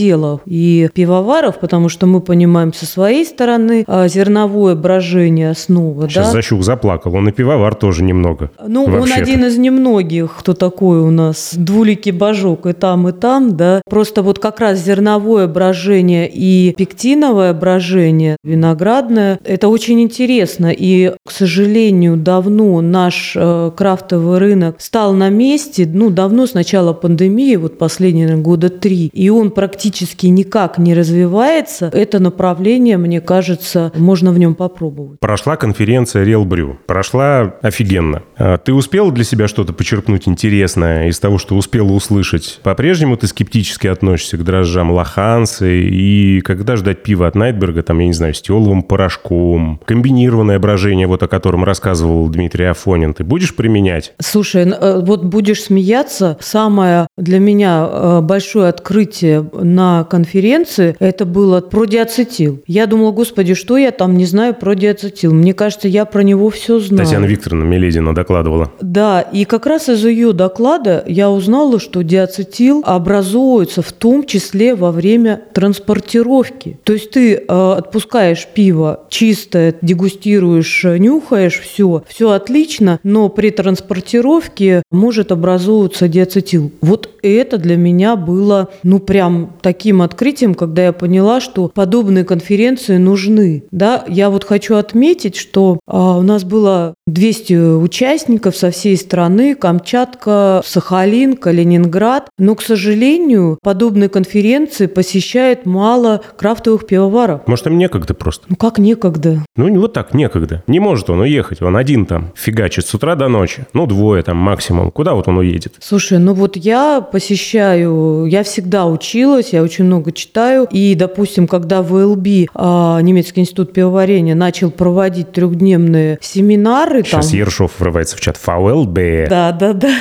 и пивоваров, потому что мы понимаем со своей стороны зерновое брожение основа. Сейчас Защук заплакал, он и пивовар тоже немного. Он один из немногих, кто такой у нас двуликий божок и там, да. Просто вот как раз зерновое брожение и пектиновое брожение виноградное, это очень интересно. И, к сожалению, давно наш крафтовый рынок стал на месте, давно с начала пандемии, вот последние года 3, и он практически никак не развивается. Это направление, мне кажется, можно в нем попробовать. Прошла конференция Real Brew. Прошла офигенно. Ты успел для себя что-то почерпнуть интересное из того, что успела услышать? По-прежнему ты скептически относишься к дрожжам лоханцы? И когда ждать пива от Найтберга, с теоловым порошком? Комбинированное брожение, о котором рассказывал Дмитрий Афонин, ты будешь применять? Слушай, вот будешь смеяться. Самое для меня большое открытие на конференции, это было про диацетил. Я думала, господи, что я там не знаю про диацетил? Мне кажется, я про него все знаю. Татьяна Викторовна Меледина докладывала. Да, и как раз из ее доклада я узнала, что диацетил образуется в том числе во время транспортировки. То есть ты отпускаешь пиво чистое, дегустируешь, нюхаешь, все отлично, но при транспортировке может образовываться диацетил. Вот это для меня было, прям таким открытием, когда я поняла, что подобные конференции нужны. Да, я вот хочу отметить, что у нас было 200 участников со всей страны, Камчатка, Сахалин, Калининград. Но, к сожалению, подобные конференции посещает мало крафтовых пивоваров. Может, им некогда просто? Как некогда? Вот так, некогда. Не может он уехать, он один там фигачит с утра до ночи. 2 там максимум. Куда вот он уедет? Слушай, я посещаю, я всегда училась, я очень много читаю. И, допустим, когда ВЛБ, Немецкий институт пивоварения, начал проводить 3-дневные семинары. Сейчас Ершов врывается в чат. ВЛБ. Да.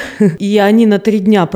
И они на 3 дня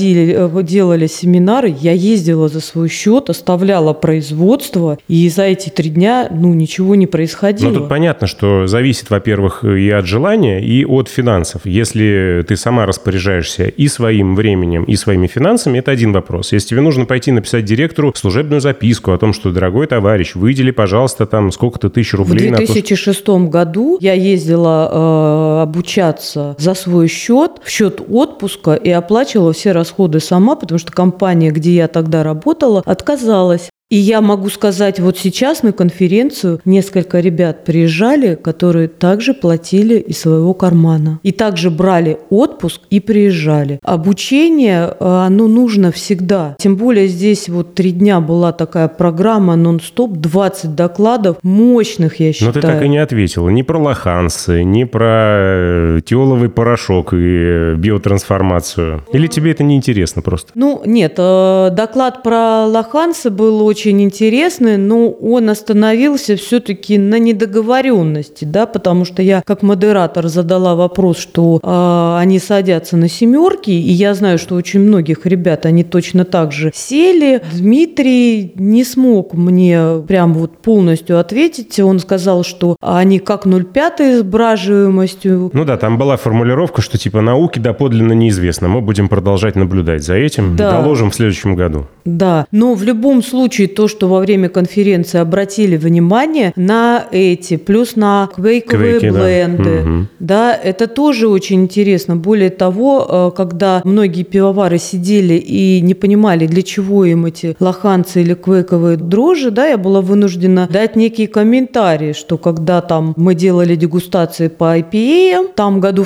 делали семинары. Я ездила за свой счет, оставляла производство. И за эти 3 дня, ничего не происходило. Тут понятно, что зависит, во-первых, и от желания, и от финансов. Если ты сама распоряжаешься и своим временем, и своими финансами, это один вопрос. Если тебе нужно пойти написать директору служебную записку о том, что, дорогой товарищ, выдели, пожалуйста, там сколько-то тысяч рублей. В 2006 году я ездила обучаться за свой счет, в счет отпуска, и оплачивала все расходы сама, потому что компания, где я тогда работала, отказалась. И я могу сказать, вот сейчас на конференцию несколько ребят приезжали, которые также платили из своего кармана. И также брали отпуск и приезжали. Обучение, оно нужно всегда. Тем более здесь 3 дня была такая программа нон-стоп, 20 докладов, мощных, я считаю. Но ты так и не ответила ни про лоханцы, ни про теоловый порошок и биотрансформацию. Или тебе это не интересно просто? Нет, доклад про лоханцы был очень интересный, но он остановился все-таки на недоговоренности, да, потому что я как модератор задала вопрос, что они садятся на 7, и я знаю, что очень многих ребят, они точно так же сели. Дмитрий не смог мне прям полностью ответить. Он сказал, что они как 0,5 с браживаемостью. Там была формулировка, что науки доподлинно неизвестно. Мы будем продолжать наблюдать за этим. Да. Доложим в следующем году. Да, но в любом случае то, что во время конференции обратили внимание на эти, плюс на квейковые бленды, да, это тоже очень интересно. Более того, когда многие пивовары сидели и не понимали, для чего им эти лоханцы или квейковые дрожжи, да, я была вынуждена дать некие комментарии, что когда там мы делали дегустации по IPA, там году в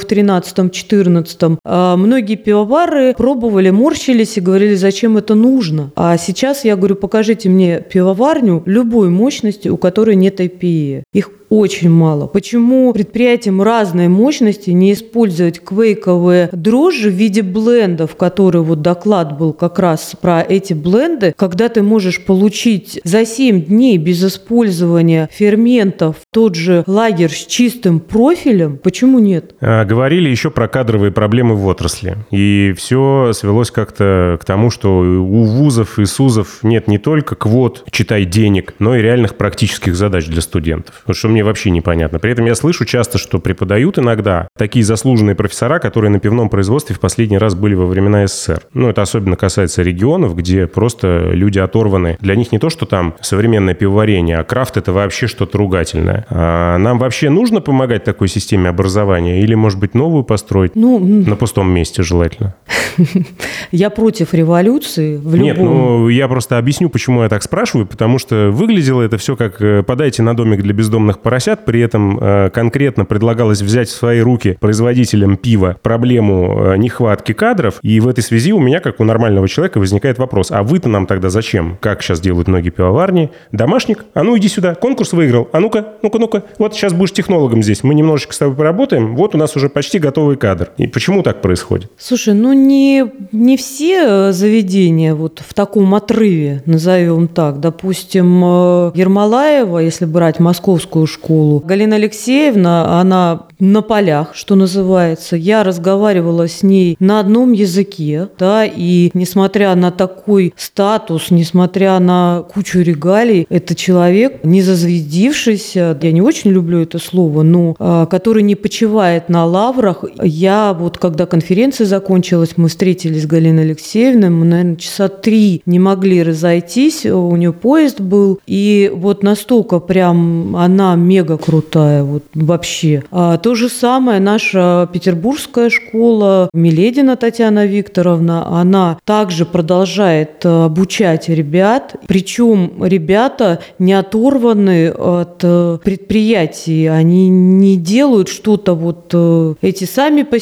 13-14, многие пивовары пробовали, морщились и говорили, зачем это нужно. А сейчас я говорю, покажите назовите мне пивоварню любой мощности, у которой нет IPA. Их очень мало. Почему предприятиям разной мощности не использовать квейковые дрожжи в виде блендов, который вот доклад был как раз про эти бленды, когда ты можешь получить за 7 дней без использования ферментов тот же лагерь с чистым профилем? Почему нет? Говорили еще про кадровые проблемы в отрасли. И все свелось как-то к тому, что у вузов и СУЗов нет не только квот, читай, денег, но и реальных практических задач для студентов. Вот что мне вообще непонятно. При этом я слышу часто, что преподают иногда такие заслуженные профессора, которые на пивном производстве в последний раз были во времена СССР. Ну, это особенно касается регионов, где просто люди оторваны. Для них не то, что там современное пивоварение, а крафт — это вообще что-то ругательное. А нам вообще нужно помогать такой системе образования или, может быть, новую построить? На пустом месте желательно. Я против революции в любом... Нет, я просто объясню, почему я так спрашиваю, потому что выглядело это все как «подайте на домик для бездомных поросят», при этом конкретно предлагалось взять в свои руки производителям пива проблему нехватки кадров, и в этой связи у меня, как у нормального человека, возникает вопрос: а вы-то нам тогда зачем? Как сейчас делают многие пивоварни? Домашник? А ну иди сюда, конкурс выиграл, а ну-ка, вот сейчас будешь технологом здесь, мы немножечко с тобой поработаем, вот у нас уже почти готовый кадр. И почему так происходит? Слушай, не все заведения вот в таком отрыве, назовем так. Допустим, Ермолаева, если брать московскую школу, Галина Алексеевна, она на полях, что называется. Я разговаривала с ней на одном языке, да, и несмотря на такой статус, несмотря на кучу регалий, это человек, не зазвездившийся, я не очень люблю это слово, но который не почивает на лаврах. Я вот, когда конференция закончилась, мы встретились с Галиной Алексеевной, мы, наверное, часа 3 не могли разойтись, у нее поезд был, и вот настолько прям она мега крутая, вот вообще. То же самое наша петербургская школа, Миледина Татьяна Викторовна, она также продолжает обучать ребят, причем ребята не оторваны от предприятий, они не делают что-то вот эти сами по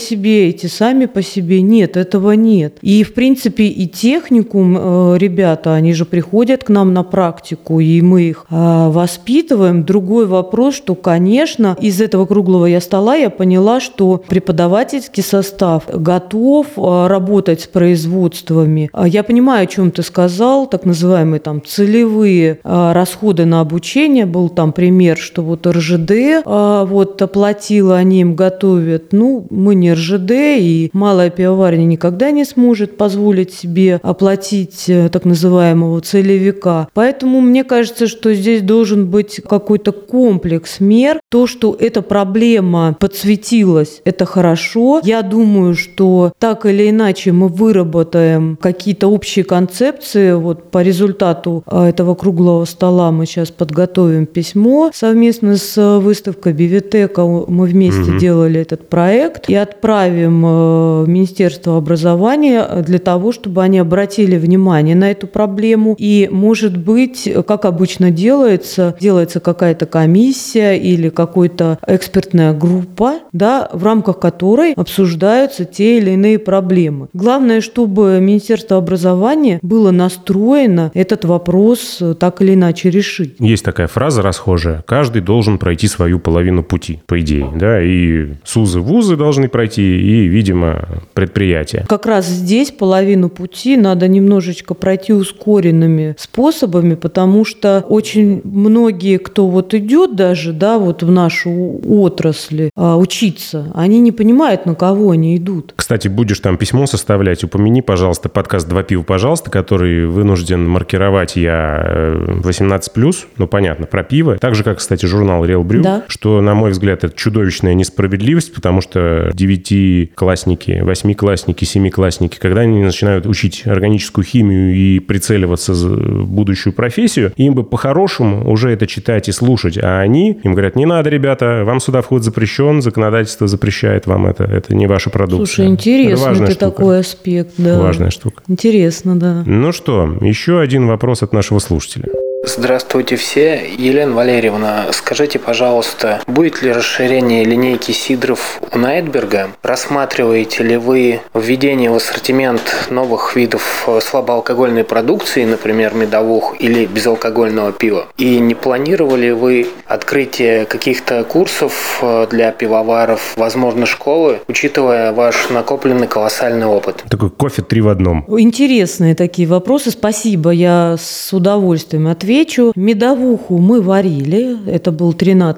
себе, нет, этого нет. И, в принципе, и техникум ребята, они же приходят к нам на практику, и мы их воспитываем. Другой вопрос, что, конечно, из этого круглого стола я поняла, что преподавательский состав готов работать с производствами. Я понимаю, о чем ты сказал, так называемые там целевые расходы на обучение. Был там пример, что вот РЖД вот оплатила, они им готовят. Мы не РЖД, и малая пивоварня никогда не сможет позволить себе оплатить так называемого целевика. Поэтому мне кажется, что здесь должен быть какой-то комплекс мер. То, что эта проблема подсветилась, это хорошо. Я думаю, что так или иначе мы выработаем какие-то общие концепции. Вот по результату этого круглого стола мы сейчас подготовим письмо совместно с выставкой Бивитека. Мы вместе делали этот проект и отправим в Министерство образования для того, чтобы они обратили внимание на эту проблему. И, может быть, как обычно делается какая-то комиссия или какая-то экспертная группа, да, в рамках которой обсуждаются те или иные проблемы. Главное, чтобы Министерство образования было настроено этот вопрос так или иначе решить. Есть такая фраза расхожая: каждый должен пройти свою половину пути, по идее, да, и СУЗы, вузы должны пройти, и, видимо, предприятия. Как раз здесь половину пути надо немножечко пройти ускоренными способами, потому что очень многие, кто вот идет даже, да, вот в нашу отрасль учиться, они не понимают, на кого они идут. Кстати, будешь там письмо составлять, упомяни, пожалуйста, подкаст «Два пива, пожалуйста», который вынужден маркировать я 18+, понятно, про пиво. Так же, как, кстати, журнал Real Brew, да. Что, на мой взгляд, это чудовищная несправедливость, потому что 9-классники, 8-классники, 7-классники, когда они начинают учить органическую химию и прицеливаться в будущую профессию, им бы по-хорошему уже это читать и слушать, а они им говорят: не надо, ребята, вам сюда вход запрещен, законодательство запрещает вам это не ваша продукция. Слушай, интересный такой аспект, да. Важная штука. Интересно, да. Ну что, еще один вопрос от нашего слушателя. Здравствуйте все. Елена Валерьевна, скажите, пожалуйста, будет ли расширение линейки сидров у Найтберга? Рассматриваете ли вы введение в ассортимент новых видов слабоалкогольной продукции, например, медовух или безалкогольного пива? И не планировали вы открытие каких-то курсов для пивоваров, возможно, школы, учитывая ваш накопленный колоссальный опыт? Такой кофе 3 в одном. Интересные такие вопросы. Спасибо, я с удовольствием отвечу. Медовуху мы варили, это был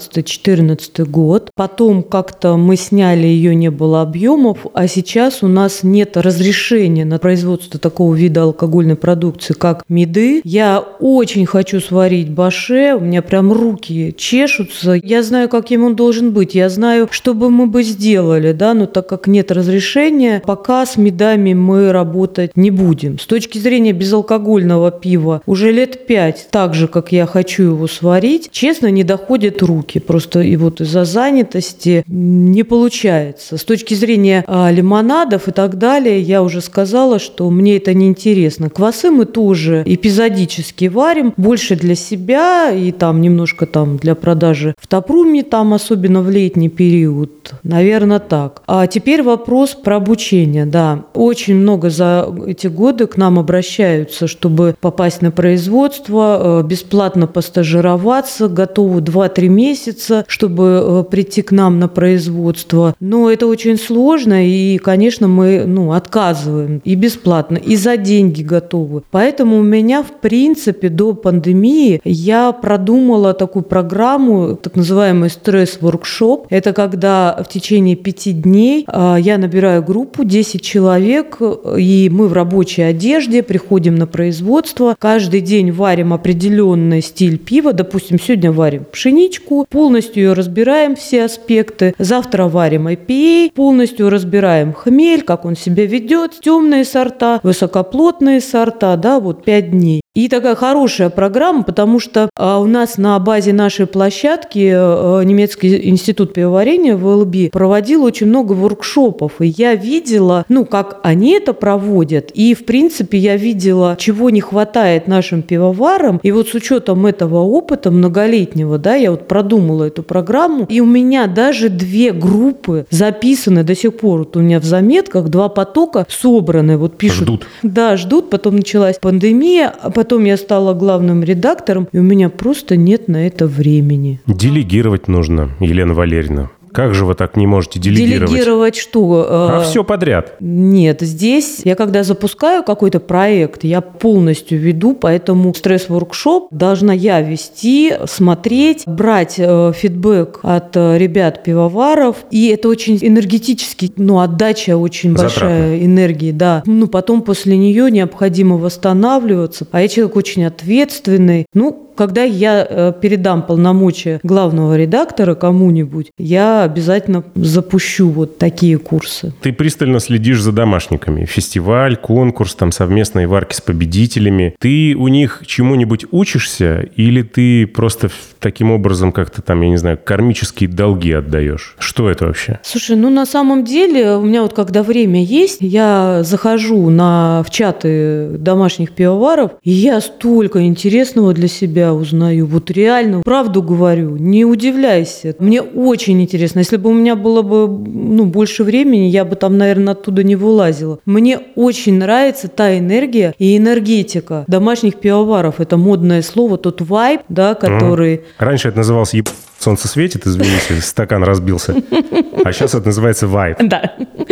13-14 год. Потом как-то мы сняли ее, не было объемов, а сейчас у нас нет разрешения на производство такого вида алкогольной продукции, как меды. Я очень хочу сварить баше, у меня прям руки чешутся. Я знаю, каким он должен быть, я знаю, что бы мы бы сделали, да, но так как нет разрешения, пока с медами мы работать не будем. С точки зрения безалкогольного пива уже лет 5, так же, как я хочу его сварить, честно, не доходят руки. Просто и вот из-за занятости не получается. С точки зрения лимонадов и так далее, я уже сказала, что мне это неинтересно. Квасы мы тоже эпизодически варим, больше для себя и там немножко там для продажи в тапруме, там особенно в летний период. Наверное, так. А теперь вопрос про обучение. Да, очень много за эти годы к нам обращаются, чтобы попасть на производство, бесплатно постажироваться, готовы 2-3 месяца, чтобы прийти к нам на производство. Но это очень сложно, и, конечно, мы отказываем и бесплатно, и за деньги готовы. Поэтому у меня, в принципе, до пандемии я продумала такую программу, так называемый стресс-воркшоп. Это когда в течение 5 дней я набираю группу 10 человек, и мы в рабочей одежде приходим на производство. Каждый день варим определенный стиль пива. Допустим, сегодня варим пшеничку, полностью ее разбираем, все аспекты. Завтра варим IPA, полностью разбираем хмель, как он себя ведет, темные сорта, высокоплотные сорта, да, вот 5 дней. И такая хорошая программа, потому что у нас на базе нашей площадки Немецкий институт пивоварения ВЛБ проводил очень много воркшопов. И я видела, как они это проводят. И, в принципе, я видела, чего не хватает нашим пивоварам. И вот с учетом этого опыта многолетнего, да, я вот продумала эту программу. И у меня даже 2 группы записаны до сих пор. Вот у меня в заметках 2 потока собраны. Вот пишут. Ждут. Да, ждут. Потом началась пандемия, потом я стала главным редактором, и у меня просто нет на это времени. Делегировать нужно, Елена Валерьевна. Как же вы так не можете делегировать? Делегировать что? Все подряд. Нет, здесь я когда запускаю какой-то проект, я полностью веду, поэтому стресс-воркшоп должна я вести, смотреть, брать фидбэк от ребят-пивоваров. И это очень энергетически, отдача очень большая энергии, да. Потом после нее необходимо восстанавливаться. А я человек очень ответственный. Когда я передам полномочия главного редактора кому-нибудь, я обязательно запущу вот такие курсы. Ты пристально следишь за домашниками. Фестиваль, конкурс, совместные варки с победителями. Ты у них чему-нибудь учишься или ты просто таким образом как-то кармические долги отдаешь? Что это вообще? Слушай, на самом деле у меня когда время есть, я захожу в чаты домашних пивоваров, и я столько интересного для себя узнаю. Вот реально, правду говорю, не удивляйся. Мне очень интересно. Если бы у меня было бы больше времени, я бы наверное, оттуда не вылазила. Мне очень нравится та энергия и энергетика домашних пивоваров. Это модное слово, тот вайб, да, который... Раньше это называлось солнце светит, извините, стакан разбился. А сейчас это называется вайб. Да.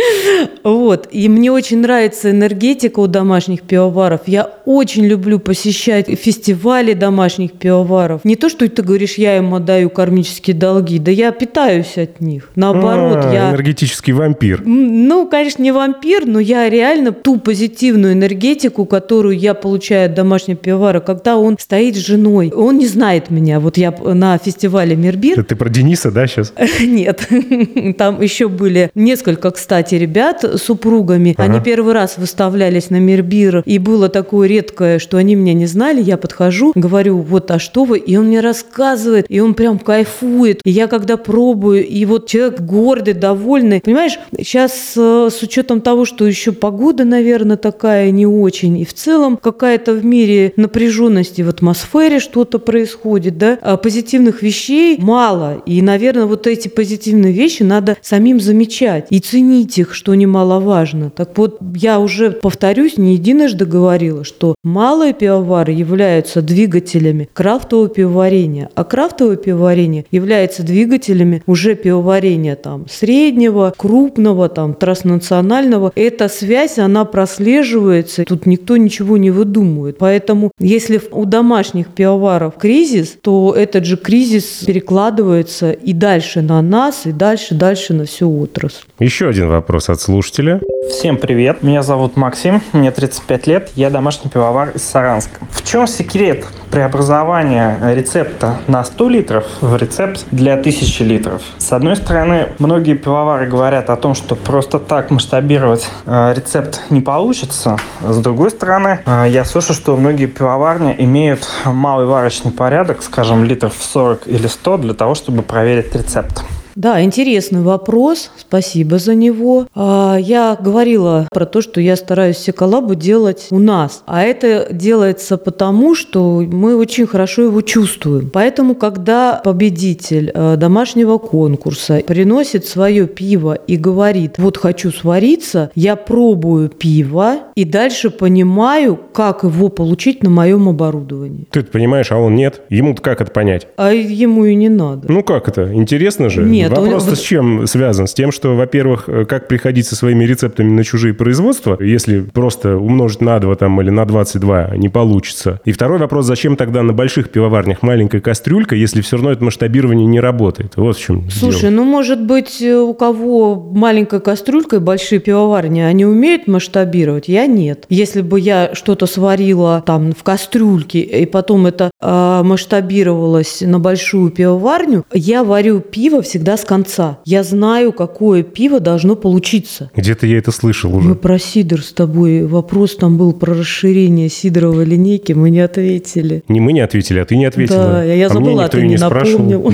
Вот. И мне очень нравится энергетика у домашних пивоваров. Я очень люблю посещать фестивали домашних пивоваров. Не то, что ты говоришь, я им отдаю кармические долги. Да я питаюсь от них. Наоборот, я... Энергетический вампир. Конечно, не вампир, но я реально ту позитивную энергетику, которую я получаю от домашнего пивовара, когда он стоит с женой. Он не знает меня. Вот я на фестивале «Мир Мирбир. Ты про Дениса, да, сейчас? Нет, там еще были несколько, кстати, ребят с супругами. Они первый раз выставлялись на Мирбир, и было такое редкое, что они меня не знали. Я подхожу, говорю, вот, а что вы? И он мне рассказывает, и он прям кайфует. И я когда пробую, и вот человек гордый, довольный. Понимаешь, сейчас с учетом того, что еще погода, наверное, такая не очень, и в целом какая-то в мире напряженности в атмосфере что-то происходит, да, а позитивных вещей мало. И, наверное, вот эти позитивные вещи надо самим замечать и ценить их, что немаловажно. Так вот, я уже повторюсь, не единожды говорила, что малые пивовары являются двигателями крафтового пивоварения, а крафтовое пивоварение является двигателями уже пивоварения там среднего, крупного, там транснационального. Эта связь, она прослеживается, тут никто ничего не выдумывает. Поэтому, если у домашних пивоваров кризис, то этот же кризис перекладывается и дальше на нас, и дальше на всю отрасль. Еще один вопрос от слушателя. Всем привет, меня зовут Максим, мне 35 лет, я домашний пивовар из Саранска. В чем секрет преобразования рецепта на 100 литров в рецепт для 1000 литров? С одной стороны, многие пивовары говорят о том, что просто так масштабировать рецепт не получится. С другой стороны, я слышу, что многие пивоварни имеют малый варочный порядок, скажем, литров 40 или 100, для того, чтобы проверить рецепт. Да, интересный вопрос, спасибо за него. Я говорила про то, что я стараюсь все коллабы делать у нас. А это делается потому, что мы очень хорошо его чувствуем. Поэтому, когда победитель домашнего конкурса приносит свое пиво и говорит, вот хочу свариться, я пробую пиво и дальше понимаю, как его получить на моем оборудовании. Ты это понимаешь, а он нет? Ему-то как это понять? А ему и не надо. Ну как это? Интересно же? Нет. Вопрос-то с чем связан? С тем, что, во-первых, как приходить со своими рецептами на чужие производства, если просто умножить на 2 там, или на 22 не получится. И второй вопрос, зачем тогда на больших пивоварнях маленькая кастрюлька, если все равно это масштабирование не работает? Вот в чем Слушай, дело. может быть, у кого маленькая кастрюлька и большие пивоварни, они умеют масштабировать? Я нет. Если бы я что-то сварила там в кастрюльке, и потом это масштабировалось на большую пивоварню, я варю пиво всегда с конца. Я знаю, какое пиво должно получиться. Где-то я это слышал уже. Мы про сидр с тобой. Вопрос там был про расширение сидровой линейки. Мы не ответили. Не мы не ответили, а ты не ответила. Да, я забыла, а ты не напомнил.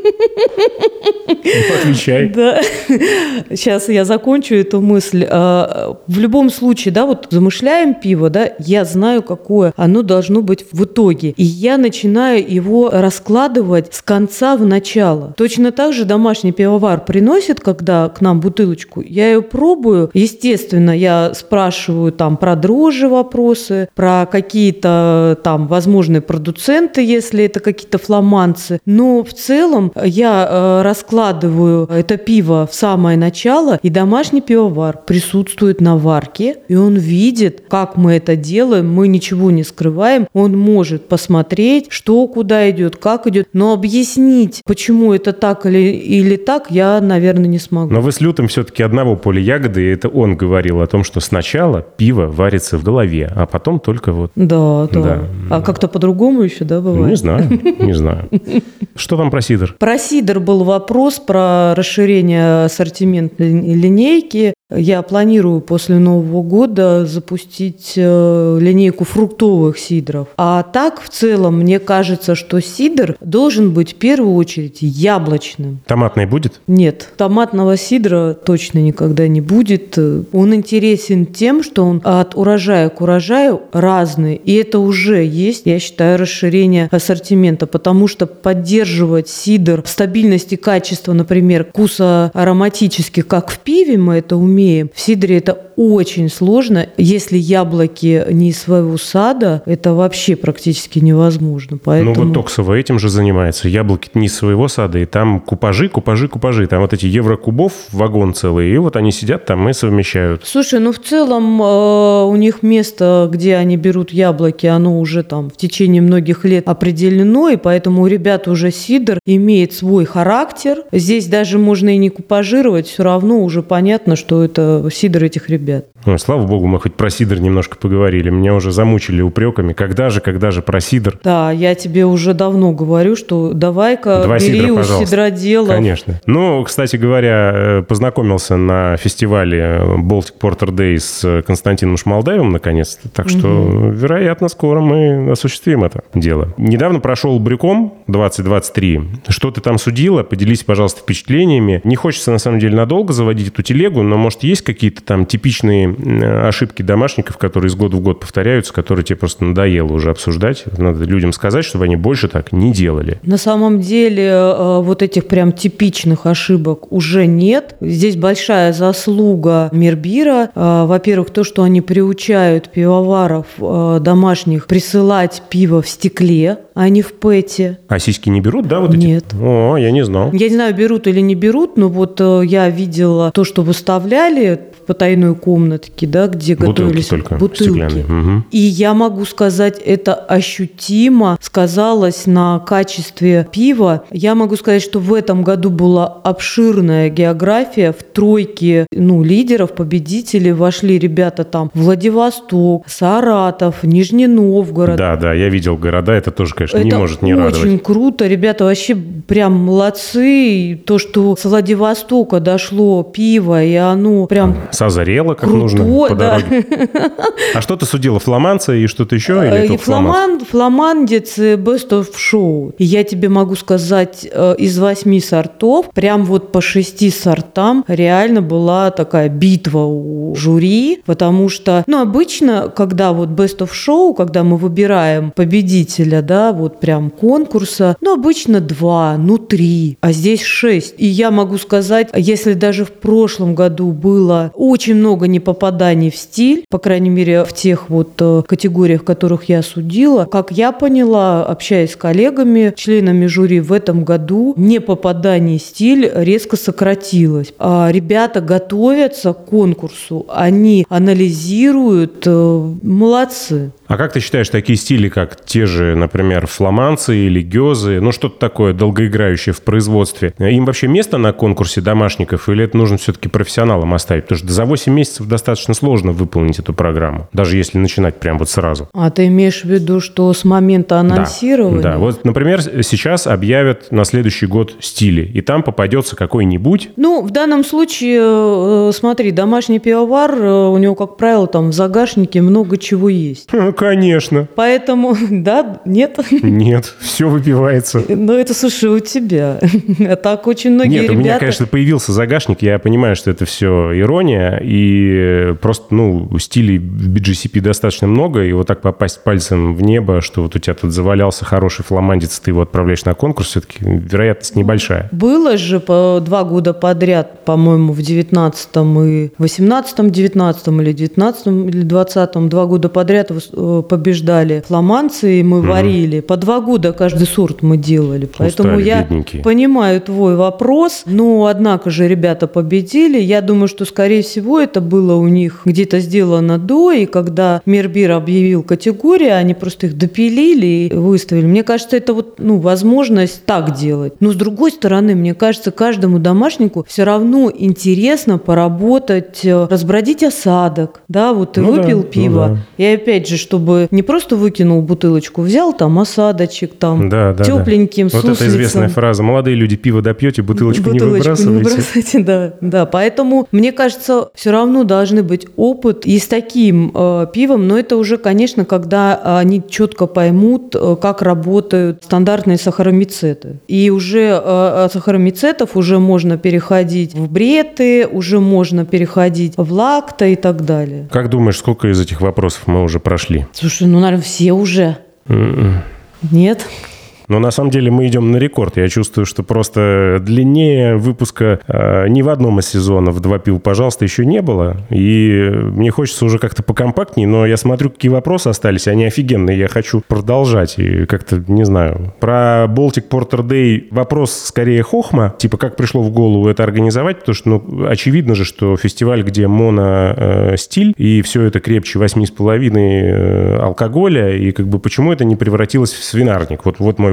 Отвечай. Да. Сейчас я закончу эту мысль. В любом случае, да, вот замышляем пиво, да, я знаю, какое оно должно быть в итоге. И я начинаю его раскладывать с конца в начало. Точно так же домашний пивовар приносит, когда к нам бутылочку, я ее пробую. Естественно, я спрашиваю там про дрожжи вопросы, про какие-то там возможные продуценты, если это какие-то фламандцы. Но в целом я раскладываю это пиво в самое начало, и домашний пивовар присутствует на варке, и он видит, как мы это делаем, мы ничего не скрываем, он может посмотреть, что куда идет, как идет, но объяснить, почему это так или так, я, наверное, не смогу. Но вы с Лютым все-таки одного поля ягоды, и это он говорил о том, что сначала пиво варится в голове, а потом только вот... Да. А как-то по-другому еще, да, бывает? Не знаю. Что там про сидр? Про сидр был вопрос, про расширение ассортимента линейки. Я планирую после Нового года запустить линейку фруктовых сидров. А так, в целом, мне кажется, что сидр должен быть в первую очередь яблочным. Томатный будет? Нет, томатного сидра точно никогда не будет. Он интересен тем, что он от урожая к урожаю разный. И это уже есть, я считаю, расширение ассортимента, потому что поддерживать сидр в стабильности качества, например, вкуса ароматических, как в пиве мы это умеем, в сидре это очень сложно. Если яблоки не из своего сада, это вообще практически невозможно. Поэтому... Ну вот Токсово этим же занимается. Яблоки не из своего сада, и там купажи. Там вот эти еврокубов, вагон целый, и вот они сидят там и совмещают. Слушай, в целом у них место, где они берут яблоки, оно уже там в течение многих лет определено, и поэтому у ребят уже сидр имеет свой характер. Здесь даже можно и не купажировать, все равно уже понятно, что это сидр этих ребят. Ой, слава богу, мы хоть про сидр немножко поговорили. Меня уже замучили упреками. Когда же про сидр? Да, я тебе уже давно говорю, что давай-ка бери у сидроделов. Конечно. Ну, кстати говоря, познакомился на фестивале Baltic Porter Day с Константином Шмалдаевым наконец-то. Так что, вероятно, скоро мы осуществим это дело. Недавно прошел Брюком 2023. Что ты там судила? Поделись, пожалуйста, впечатлениями. Не хочется, на самом деле, надолго заводить эту телегу, но, может, есть какие-то там типичные ошибки домашников, которые из года в год повторяются, которые тебе просто надоело уже обсуждать. Надо людям сказать, чтобы они больше так не делали. На самом деле вот этих прям типичных ошибок уже нет. Здесь большая заслуга Мирбира. Во-первых, то, что они приучают пивоваров домашних присылать пиво в стекле, а не в пэте. А сиськи не берут, да, вот эти? Нет. О, я не знал. Я не знаю, берут или не берут, но вот я видела то, что выставляли в потайной комнатке, да, где готовились только бутылки. Угу. И я могу сказать, это ощутимо сказалось на качестве пива. Я могу сказать, что в этом году была обширная география. В тройке лидеров, победителей вошли ребята там Владивосток, Саратов, Нижний Новгород. Да, я видел города, это тоже, конечно, это не может не радовать. Это очень круто, ребята вообще прям молодцы. И то, что с Владивостока дошло пиво, и оно прям созрело, как крутое, нужно по да. дороге. А что ты судила? Фламандца и что-то еще? Или только Фламандец Best of Show. И я тебе могу сказать, из 8 сортов, прям вот по 6 сортам реально была такая битва у жюри, потому что, обычно, когда вот Best of Show, когда мы выбираем победителя, да, вот прям конкурса, обычно 2, 3, а здесь 6. И я могу сказать, если даже в прошлом году было очень много непопаданий в стиль, по крайней мере, в тех вот категориях, которых я судила, как я поняла, общаясь с коллегами, членами жюри, в этом году непопаданий в стиль резко сократилось. А ребята готовятся к конкурсу, они анализируют, молодцы. А как ты считаешь, такие стили, как те же, например, фламандцы или гёзы, что-то такое долгоиграющее в производстве, им вообще место на конкурсе домашников или это нужно все-таки профессионалам оставить? Потому что за 8 месяцев достаточно сложно выполнить эту программу, даже если начинать прям вот сразу. А ты имеешь в виду, что с момента анонсирования? Да. Вот, например, сейчас объявят на следующий год стили, и там попадется какой-нибудь. В данном случае, смотри, домашний пивовар, у него, как правило, там в загашнике много чего есть. Конечно. Поэтому, да, нет? Нет, все выпивается. Это, слушай, у тебя. А так очень многие ребята... Нет, у меня, конечно, появился загашник, я понимаю, что это все ирония, и просто, стилей в BGCP достаточно много, и вот так попасть пальцем в небо, что вот у тебя тут завалялся хороший фламандец, ты его отправляешь на конкурс, все-таки вероятность небольшая. Было же 2 года подряд, по-моему, в 19-м и 18-м, 19-м или 19-м или 20-м, 2 года подряд побеждали фламандцы, и мы варили. По 2 года каждый сорт мы делали. Поэтому устали, я бедненькие. Понимаю твой вопрос, но, однако же, ребята победили. Я думаю, что, скорее всего, это было у них где-то сделано до, и когда Мирбир объявил категории, они просто их допилили и выставили. Мне кажется, это возможность так делать. Но, с другой стороны, мне кажется, каждому домашнику все равно интересно поработать, разбродить осадок. Да, вот ты выпил пиво, и опять же, чтобы не просто выкинул бутылочку, взял там осадочек, там тепленьким, с Вот это известная фраза. Молодые люди, пиво допьете, бутылочку не выбрасывайте. Да, поэтому, мне кажется, все равно должны быть опыт и с таким пивом, но это уже, конечно, когда они четко поймут, как работают стандартные сахаромицеты. И уже от сахаромицетов уже можно переходить в бреты, уже можно переходить в лакто и так далее. Как думаешь, сколько из этих вопросов мы уже прошли? Слушай, наверное, все уже. Нет? Но на самом деле мы идем на рекорд. Я чувствую, что просто длиннее выпуска ни в одном из сезонов «Два пива, пожалуйста» еще не было. И мне хочется уже как-то покомпактнее, но я смотрю, какие вопросы остались. Они офигенные. Я хочу продолжать. И как-то, не знаю. Про Baltic Porter Day вопрос скорее хохма. Типа, как пришло в голову это организовать? Потому что, очевидно же, что фестиваль, где моно-стиль, и все это крепче 8,5 алкоголя, и как бы почему это не превратилось в свинарник? Вот мой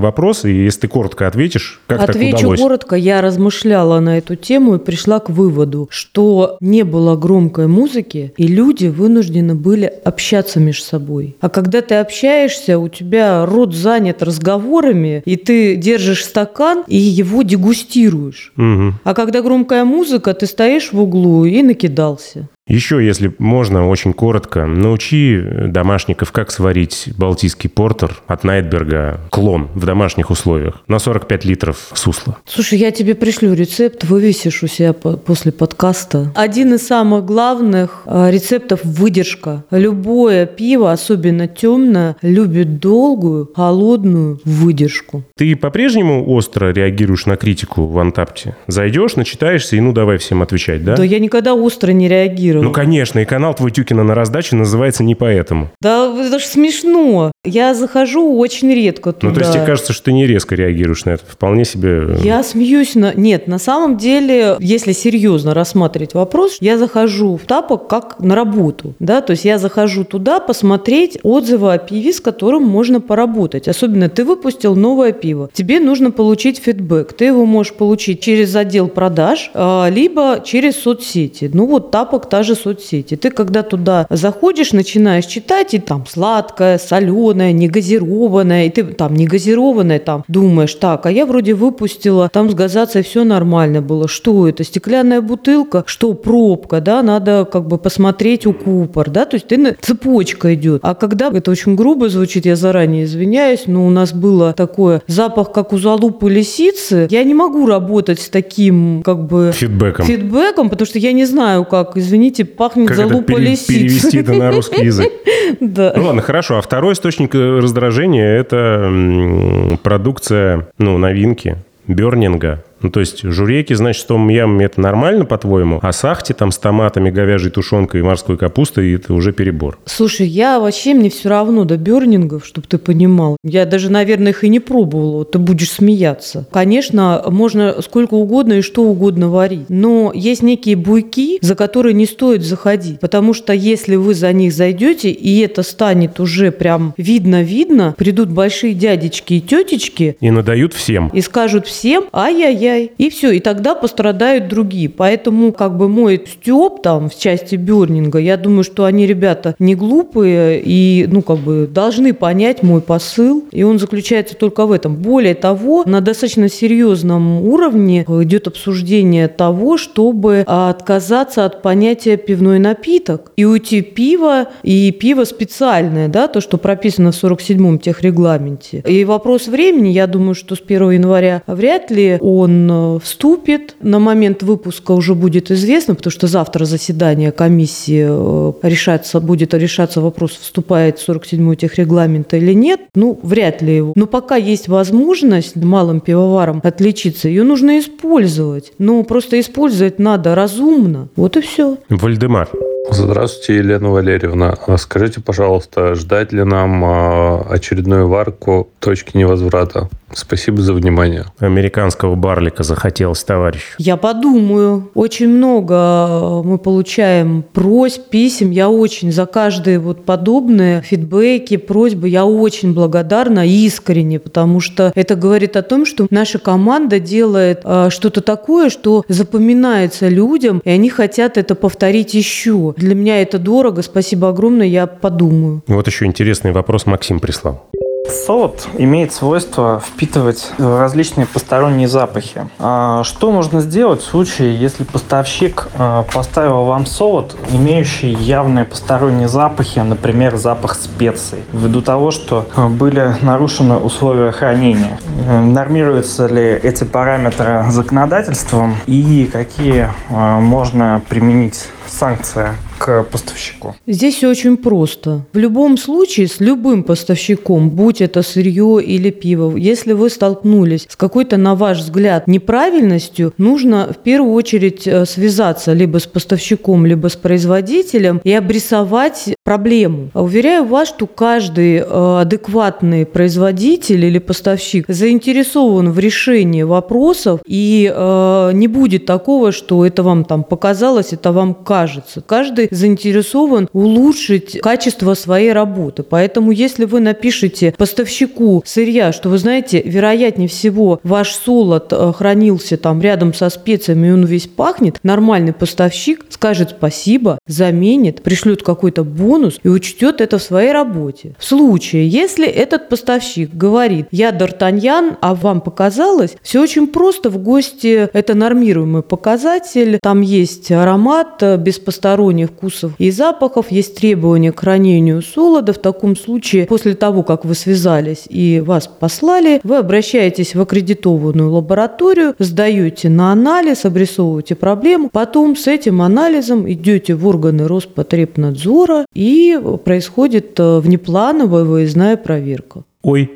вопрос, и если ты коротко ответишь, как так удалось? Отвечу коротко. Я размышляла на эту тему и пришла к выводу, что не было громкой музыки, и люди вынуждены были общаться между собой. А когда ты общаешься, у тебя рот занят разговорами, и ты держишь стакан и его дегустируешь. Угу. А когда громкая музыка, ты стоишь в углу и накидался. Еще, если можно, очень коротко, научи домашников, как сварить балтийский портер от Найтберга, клон в домашних условиях, на 45 литров сусла. Слушай, я тебе пришлю рецепт, вывесишь у себя после подкаста. Один из самых главных рецептов – выдержка. Любое пиво, особенно темное, любит долгую, холодную выдержку. Ты по-прежнему остро реагируешь на критику в Антапте? Зайдешь, начитаешься и ну давай всем отвечать, да? Да я никогда остро не реагирую. Ну, конечно, и канал твой Тюкина на раздаче называется не поэтому. Да это ж смешно. Я захожу очень редко туда. Ну, то есть тебе кажется, что ты не резко реагируешь на это? Вполне себе... Я смеюсь на... Нет, на самом деле, если серьезно рассматривать вопрос, я захожу в Тапок как на работу. Да? То есть я захожу туда посмотреть отзывы о пиве, с которым можно поработать. Особенно ты выпустил новое пиво. Тебе нужно получить фидбэк. Ты его можешь получить через отдел продаж, либо через соцсети. Ну вот Тапок та же соцсети. Ты когда туда заходишь, начинаешь читать, и там сладкое, соленое, негазированное, и ты там негазированное, там думаешь, так, а я вроде выпустила, там с газацией все нормально было. Что это? Стеклянная бутылка? Что, пробка, да? Надо как бы посмотреть у купор, да? То есть цепочка идет. А когда, это очень грубо звучит, я заранее извиняюсь, но у нас было такое запах, как у залупы лисицы, я не могу работать с таким как бы фидбэком, потому что я не знаю, как, извините, пахнет как залупа лисицы. Перевести это на русский язык. Да. Ну ладно, хорошо. А второй источник раздражения – это продукция, новинки, бёрнинга. Ну, то есть журеки, значит, с том ямами это нормально, по-твоему? А сахти там с томатами, говяжьей тушенкой и морской капустой – это уже перебор. Слушай, мне все равно до бёрнингов, чтобы ты понимал. Я даже, наверное, их и не пробовала. Ты будешь смеяться. Конечно, можно сколько угодно и что угодно варить. Но есть некие буйки, за которые не стоит заходить. Потому что если вы за них зайдете, и это станет уже прям видно, придут большие дядечки и тетечки. И надают всем. И скажут всем: ай-яй-яй. И все, и тогда пострадают другие. Поэтому как бы мой стёб там в части бёрнинга, я думаю, что они, ребята, не глупые и, должны понять мой посыл. И он заключается только в этом. Более того, на достаточно серьезном уровне идет обсуждение того, чтобы отказаться от понятия пивной напиток и уйти пиво и пиво специальное, да, то, что прописано в 47-м техрегламенте. И вопрос времени, я думаю, что с 1 января вряд ли он вступит. На момент выпуска уже будет известно, потому что завтра заседание комиссии будет решаться вопрос, вступает в 47-й техрегламент или нет. Вряд ли его. Но пока есть возможность малым пивоварам отличиться, ее нужно использовать. Но просто использовать надо разумно. Вот и все. Вальдемар. Здравствуйте, Елена Валерьевна. Скажите, пожалуйста, ждать ли нам очередную варку точки невозврата? Спасибо за внимание. Американского барлика захотелось, товарищ. Я подумаю. Очень много мы получаем просьб, писем. Я очень за каждые подобные фидбэки, просьбы, я очень благодарна искренне, потому что это говорит о том, что наша команда делает что-то такое, что запоминается людям, и они хотят это повторить еще. Для меня это дорого. Спасибо огромное, я подумаю. Вот еще интересный вопрос Максим прислал. Солод имеет свойство впитывать различные посторонние запахи. Что нужно сделать в случае, если поставщик поставил вам солод, имеющий явные посторонние запахи, например, запах специй, ввиду того, что были нарушены условия хранения? Нормируются ли эти параметры законодательством и какие можно применить санкции к поставщику? Здесь все очень просто. В любом случае, с любым поставщиком, будь это сырье или пиво, если вы столкнулись с какой-то, на ваш взгляд, неправильностью, нужно в первую очередь связаться либо с поставщиком, либо с производителем и обрисовать проблему. Уверяю вас, что каждый адекватный производитель или поставщик заинтересован в решении вопросов, и не будет такого, что это вам там показалось, это вам кажется. Каждый каждый заинтересован улучшить качество своей работы. Поэтому если вы напишете поставщику сырья, что вы знаете, вероятнее всего ваш солод хранился там рядом со специями, и он весь пахнет, нормальный поставщик скажет спасибо, заменит, пришлет какой-то бонус и учтет это в своей работе. В случае, если этот поставщик говорит: я Д'Артаньян, а вам показалось, все очень просто. В ГОСТе это нормируемый показатель, там есть аромат без посторонних вкусов и запахов, есть требования к хранению солода. В таком случае, после того, как вы связались и вас послали, вы обращаетесь в аккредитованную лабораторию, сдаете на анализ, обрисовываете проблему, потом с этим анализом идете в органы Роспотребнадзора, и происходит внеплановая выездная проверка. Ой.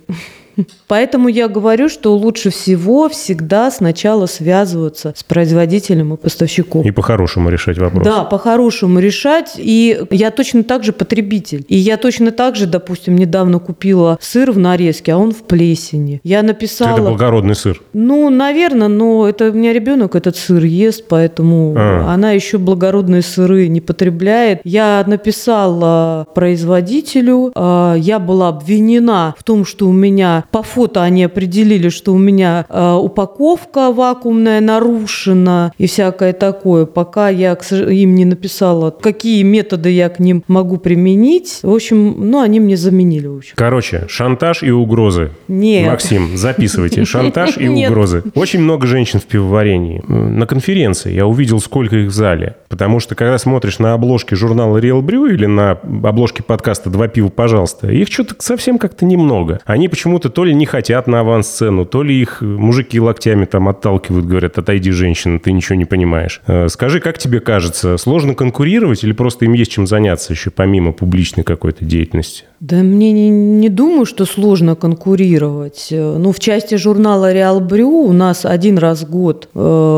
Поэтому я говорю, что лучше всего всегда сначала связываться с производителем и поставщиком. И по-хорошему решать вопрос. Да, по-хорошему решать. И я точно так же потребитель. И я точно так же, допустим, недавно купила сыр в нарезке, а он в плесени. Я написала... Это благородный сыр. Ну, наверное, но это у меня ребенок этот сыр ест, поэтому она еще благородные сыры не потребляет. Я написала производителю, я была обвинена в том, что у меня по фото они определили, что у меня упаковка вакуумная нарушена и всякое такое. Пока я им не написала, какие методы я к ним могу применить. В общем, они мне заменили. В общем. Короче, шантаж и угрозы. Нет. Максим, записывайте. Шантаж и Нет. угрозы. Очень много женщин в пивоварении. На конференции я увидел, сколько их в зале. Потому что, когда смотришь на обложки журнала Real Brew или на обложки подкаста «Два пива, пожалуйста», их что-то совсем как-то немного. Они почему-то то ли не хотят на авансцену, то ли их мужики локтями там отталкивают, говорят: отойди, женщина, ты ничего не понимаешь. Скажи, как тебе кажется, сложно конкурировать или просто им есть чем заняться еще помимо публичной какой-то деятельности? Да мне не думаю, что сложно конкурировать. Ну, в части журнала Real Brew у нас один раз в год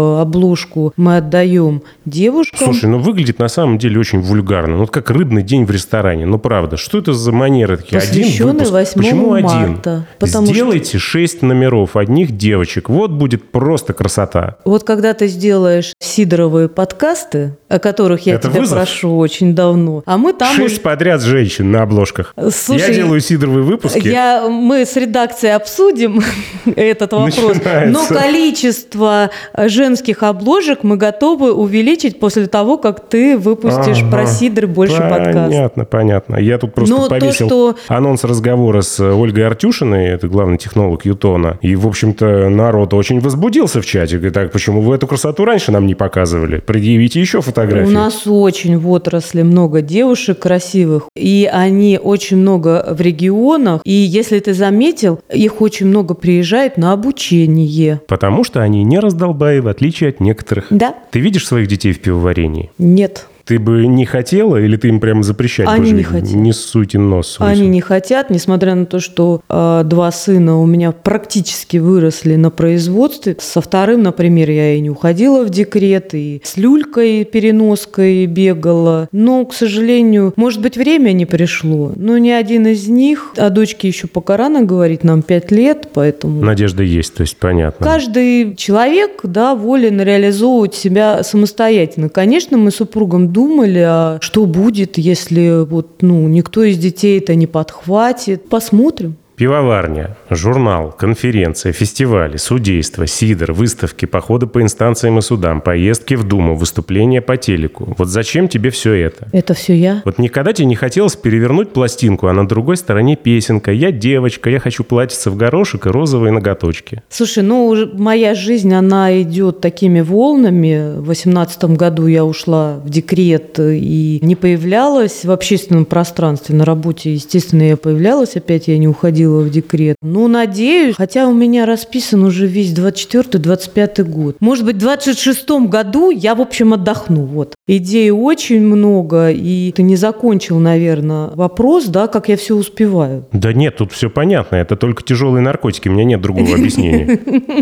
обложку мы отдаем девушкам. Слушай, выглядит на самом деле очень вульгарно. Вот как рыбный день в ресторане. Правда, что это за манеры такие? Посвященный 8 Почему марта? один? Сделайте 6 номеров одних девочек. Вот будет просто красота. Вот когда ты сделаешь сидоровые подкасты, о которых я тебя прошу очень давно, а мы там... 6 подряд женщин на обложках. Слушай, я делаю сидоровые выпуски. Мы с редакцией обсудим этот вопрос. Начинается. Но количество женских обложек мы готовы увеличить после того, как ты выпустишь про сидр больше подкастов. Понятно. Я тут просто повесил анонс разговора с Ольгой Артюшиной, это главный технолог Ютона. И, в общем-то, народ очень возбудился в чате. Говорит: так, почему вы эту красоту раньше нам не показывали? Предъявите еще фотографии. У нас очень в отрасли много девушек красивых, и они очень много в регионах. И если ты заметил, их очень много приезжает на обучение. Потому что они не раздолбаи, в отличие от некоторых. Да. Ты видишь своих детей в пивоварении? Нет. Ты бы не хотела, или ты им прямо запрещать Они будешь? не хотят. Не суйте нос. Они не хотят, несмотря на то, что 2 сына у меня практически выросли на производстве. Со вторым, например, я и не уходила в декрет, и с люлькой, переноской бегала. Но, к сожалению, может быть, время не пришло. Но ни один из них, о дочке еще пока рано говорить, нам 5 лет, поэтому... Надежда есть, то есть понятно. Каждый человек, волен реализовывать себя самостоятельно. Конечно, мы с супругом думали, а что будет, если никто из детей это не подхватит. Посмотрим. Пивоварня, журнал, конференция, фестивали, судейство, сидр, выставки, походы по инстанциям и судам, поездки в Думу, выступления по телеку. Вот зачем тебе все это? Это все я. Вот никогда тебе не хотелось перевернуть пластинку, а на другой стороне песенка: «Я девочка, я хочу платьице в горошек и розовые ноготочки». Слушай, моя жизнь, она идет такими волнами. В 2018 году я ушла в декрет и не появлялась в общественном пространстве. На работе, естественно, я появлялась, опять я не уходила в декрет. Надеюсь, хотя у меня расписан уже весь 24-25 год. Может быть, в 26-м году я, в общем, отдохну. Вот. Идей очень много, и ты не закончил, наверное, вопрос, как я все успеваю. Да нет, тут все понятно. Это только тяжелые наркотики, у меня нет другого объяснения.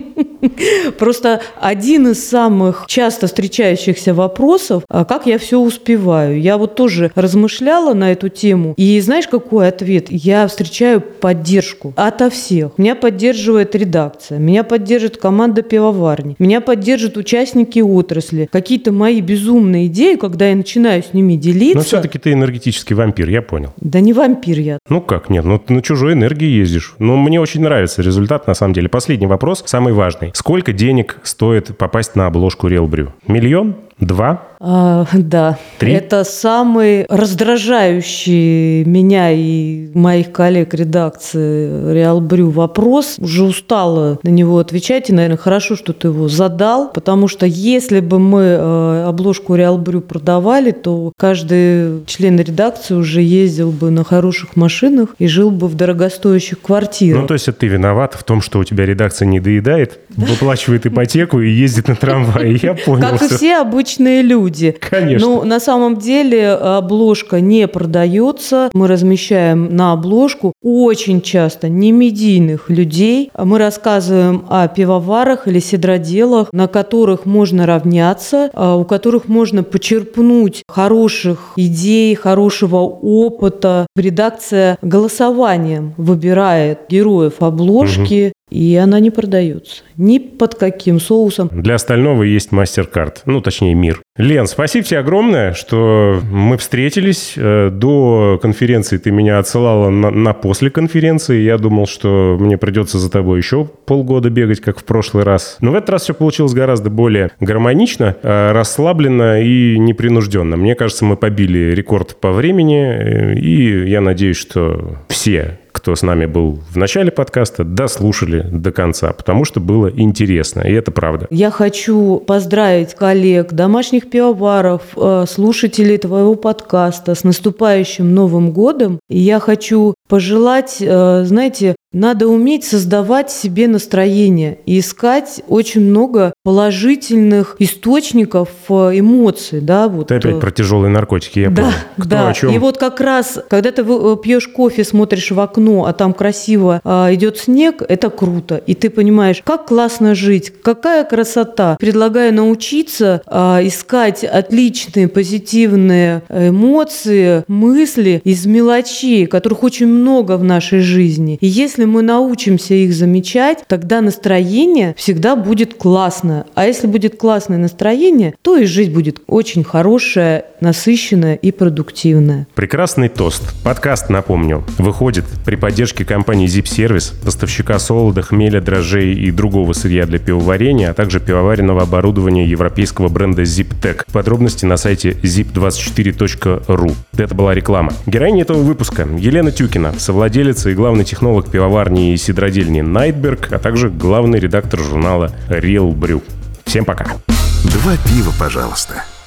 Просто один из самых часто встречающихся вопросов: как я все успеваю? Я тоже размышляла на эту тему. И знаешь, какой ответ? Я встречаю поддержку поддержку ото всех. Меня поддерживает редакция, меня поддержит команда пивоварни, меня поддержат участники отрасли. Какие-то мои безумные идеи, когда я начинаю с ними делиться... Но все-таки ты энергетический вампир, я понял. Да не вампир я. Ну как, нет, ты на чужой энергии ездишь. Мне очень нравится результат, на самом деле. Последний вопрос, самый важный. Сколько денег стоит попасть на обложку Real Brew? 1 миллион? 2? Да. 3? Это самый раздражающий меня и моих коллег редакции Real Brew вопрос. Уже устала на него отвечать, и, наверное, хорошо, что ты его задал, потому что если бы мы обложку Real Brew продавали, то каждый член редакции уже ездил бы на хороших машинах и жил бы в дорогостоящих квартирах. То есть ты виноват в том, что у тебя редакция не доедает, выплачивает ипотеку и ездит на трамвае. Я понял. Как и все обычные люди. Конечно. Но на самом деле обложка не продается. Мы размещаем на обложку очень часто немедийных людей. Мы рассказываем о пивоварах или сидроделах, на которых можно равняться, у которых можно почерпнуть хороших идей, хорошего опыта. Редакция голосованием выбирает героев обложки. И она не продается. Ни под каким соусом. Для остального есть MasterCard. Точнее, мир. Лен, спасибо тебе огромное, что мы встретились. До конференции ты меня отсылала на после конференции. Я думал, что мне придется за тобой еще полгода бегать, как в прошлый раз. Но в этот раз все получилось гораздо более гармонично, расслабленно и непринужденно. Мне кажется, мы побили рекорд по времени. И я надеюсь, что все, кто с нами был в начале подкаста, дослушали до конца, потому что было интересно, и это правда. Я хочу поздравить коллег, домашних пивоваров, слушателей твоего подкаста с наступающим Новым годом. И я хочу пожелать, знаете, надо уметь создавать себе настроение и искать очень много положительных источников эмоций. Да, Ты опять про тяжелые наркотики, я понял. Кто о чем? И вот как раз, когда ты пьешь кофе, смотришь в окно, а там красиво идет снег, это круто. И ты понимаешь, как классно жить, какая красота. Предлагаю научиться искать отличные, позитивные эмоции, мысли из мелочей, которых очень много в нашей жизни. И если мы научимся их замечать, тогда настроение всегда будет классное. А если будет классное настроение, то и жизнь будет очень хорошая, насыщенная и продуктивная. Прекрасный тост. Подкаст, напомню, выходит при поддержке компании Zip Service, поставщика солода, хмеля, дрожжей и другого сырья для пивоварения, а также пивоваренного оборудования европейского бренда ZipTech. Подробности на сайте zip24.ru. Это была реклама. Героиня этого выпуска — Елена Тюкина, совладелица и главный технолог пивоварни и сидродельни Nightberg, а также главный редактор журнала Real Brew. Всем пока. 2 пива, пожалуйста.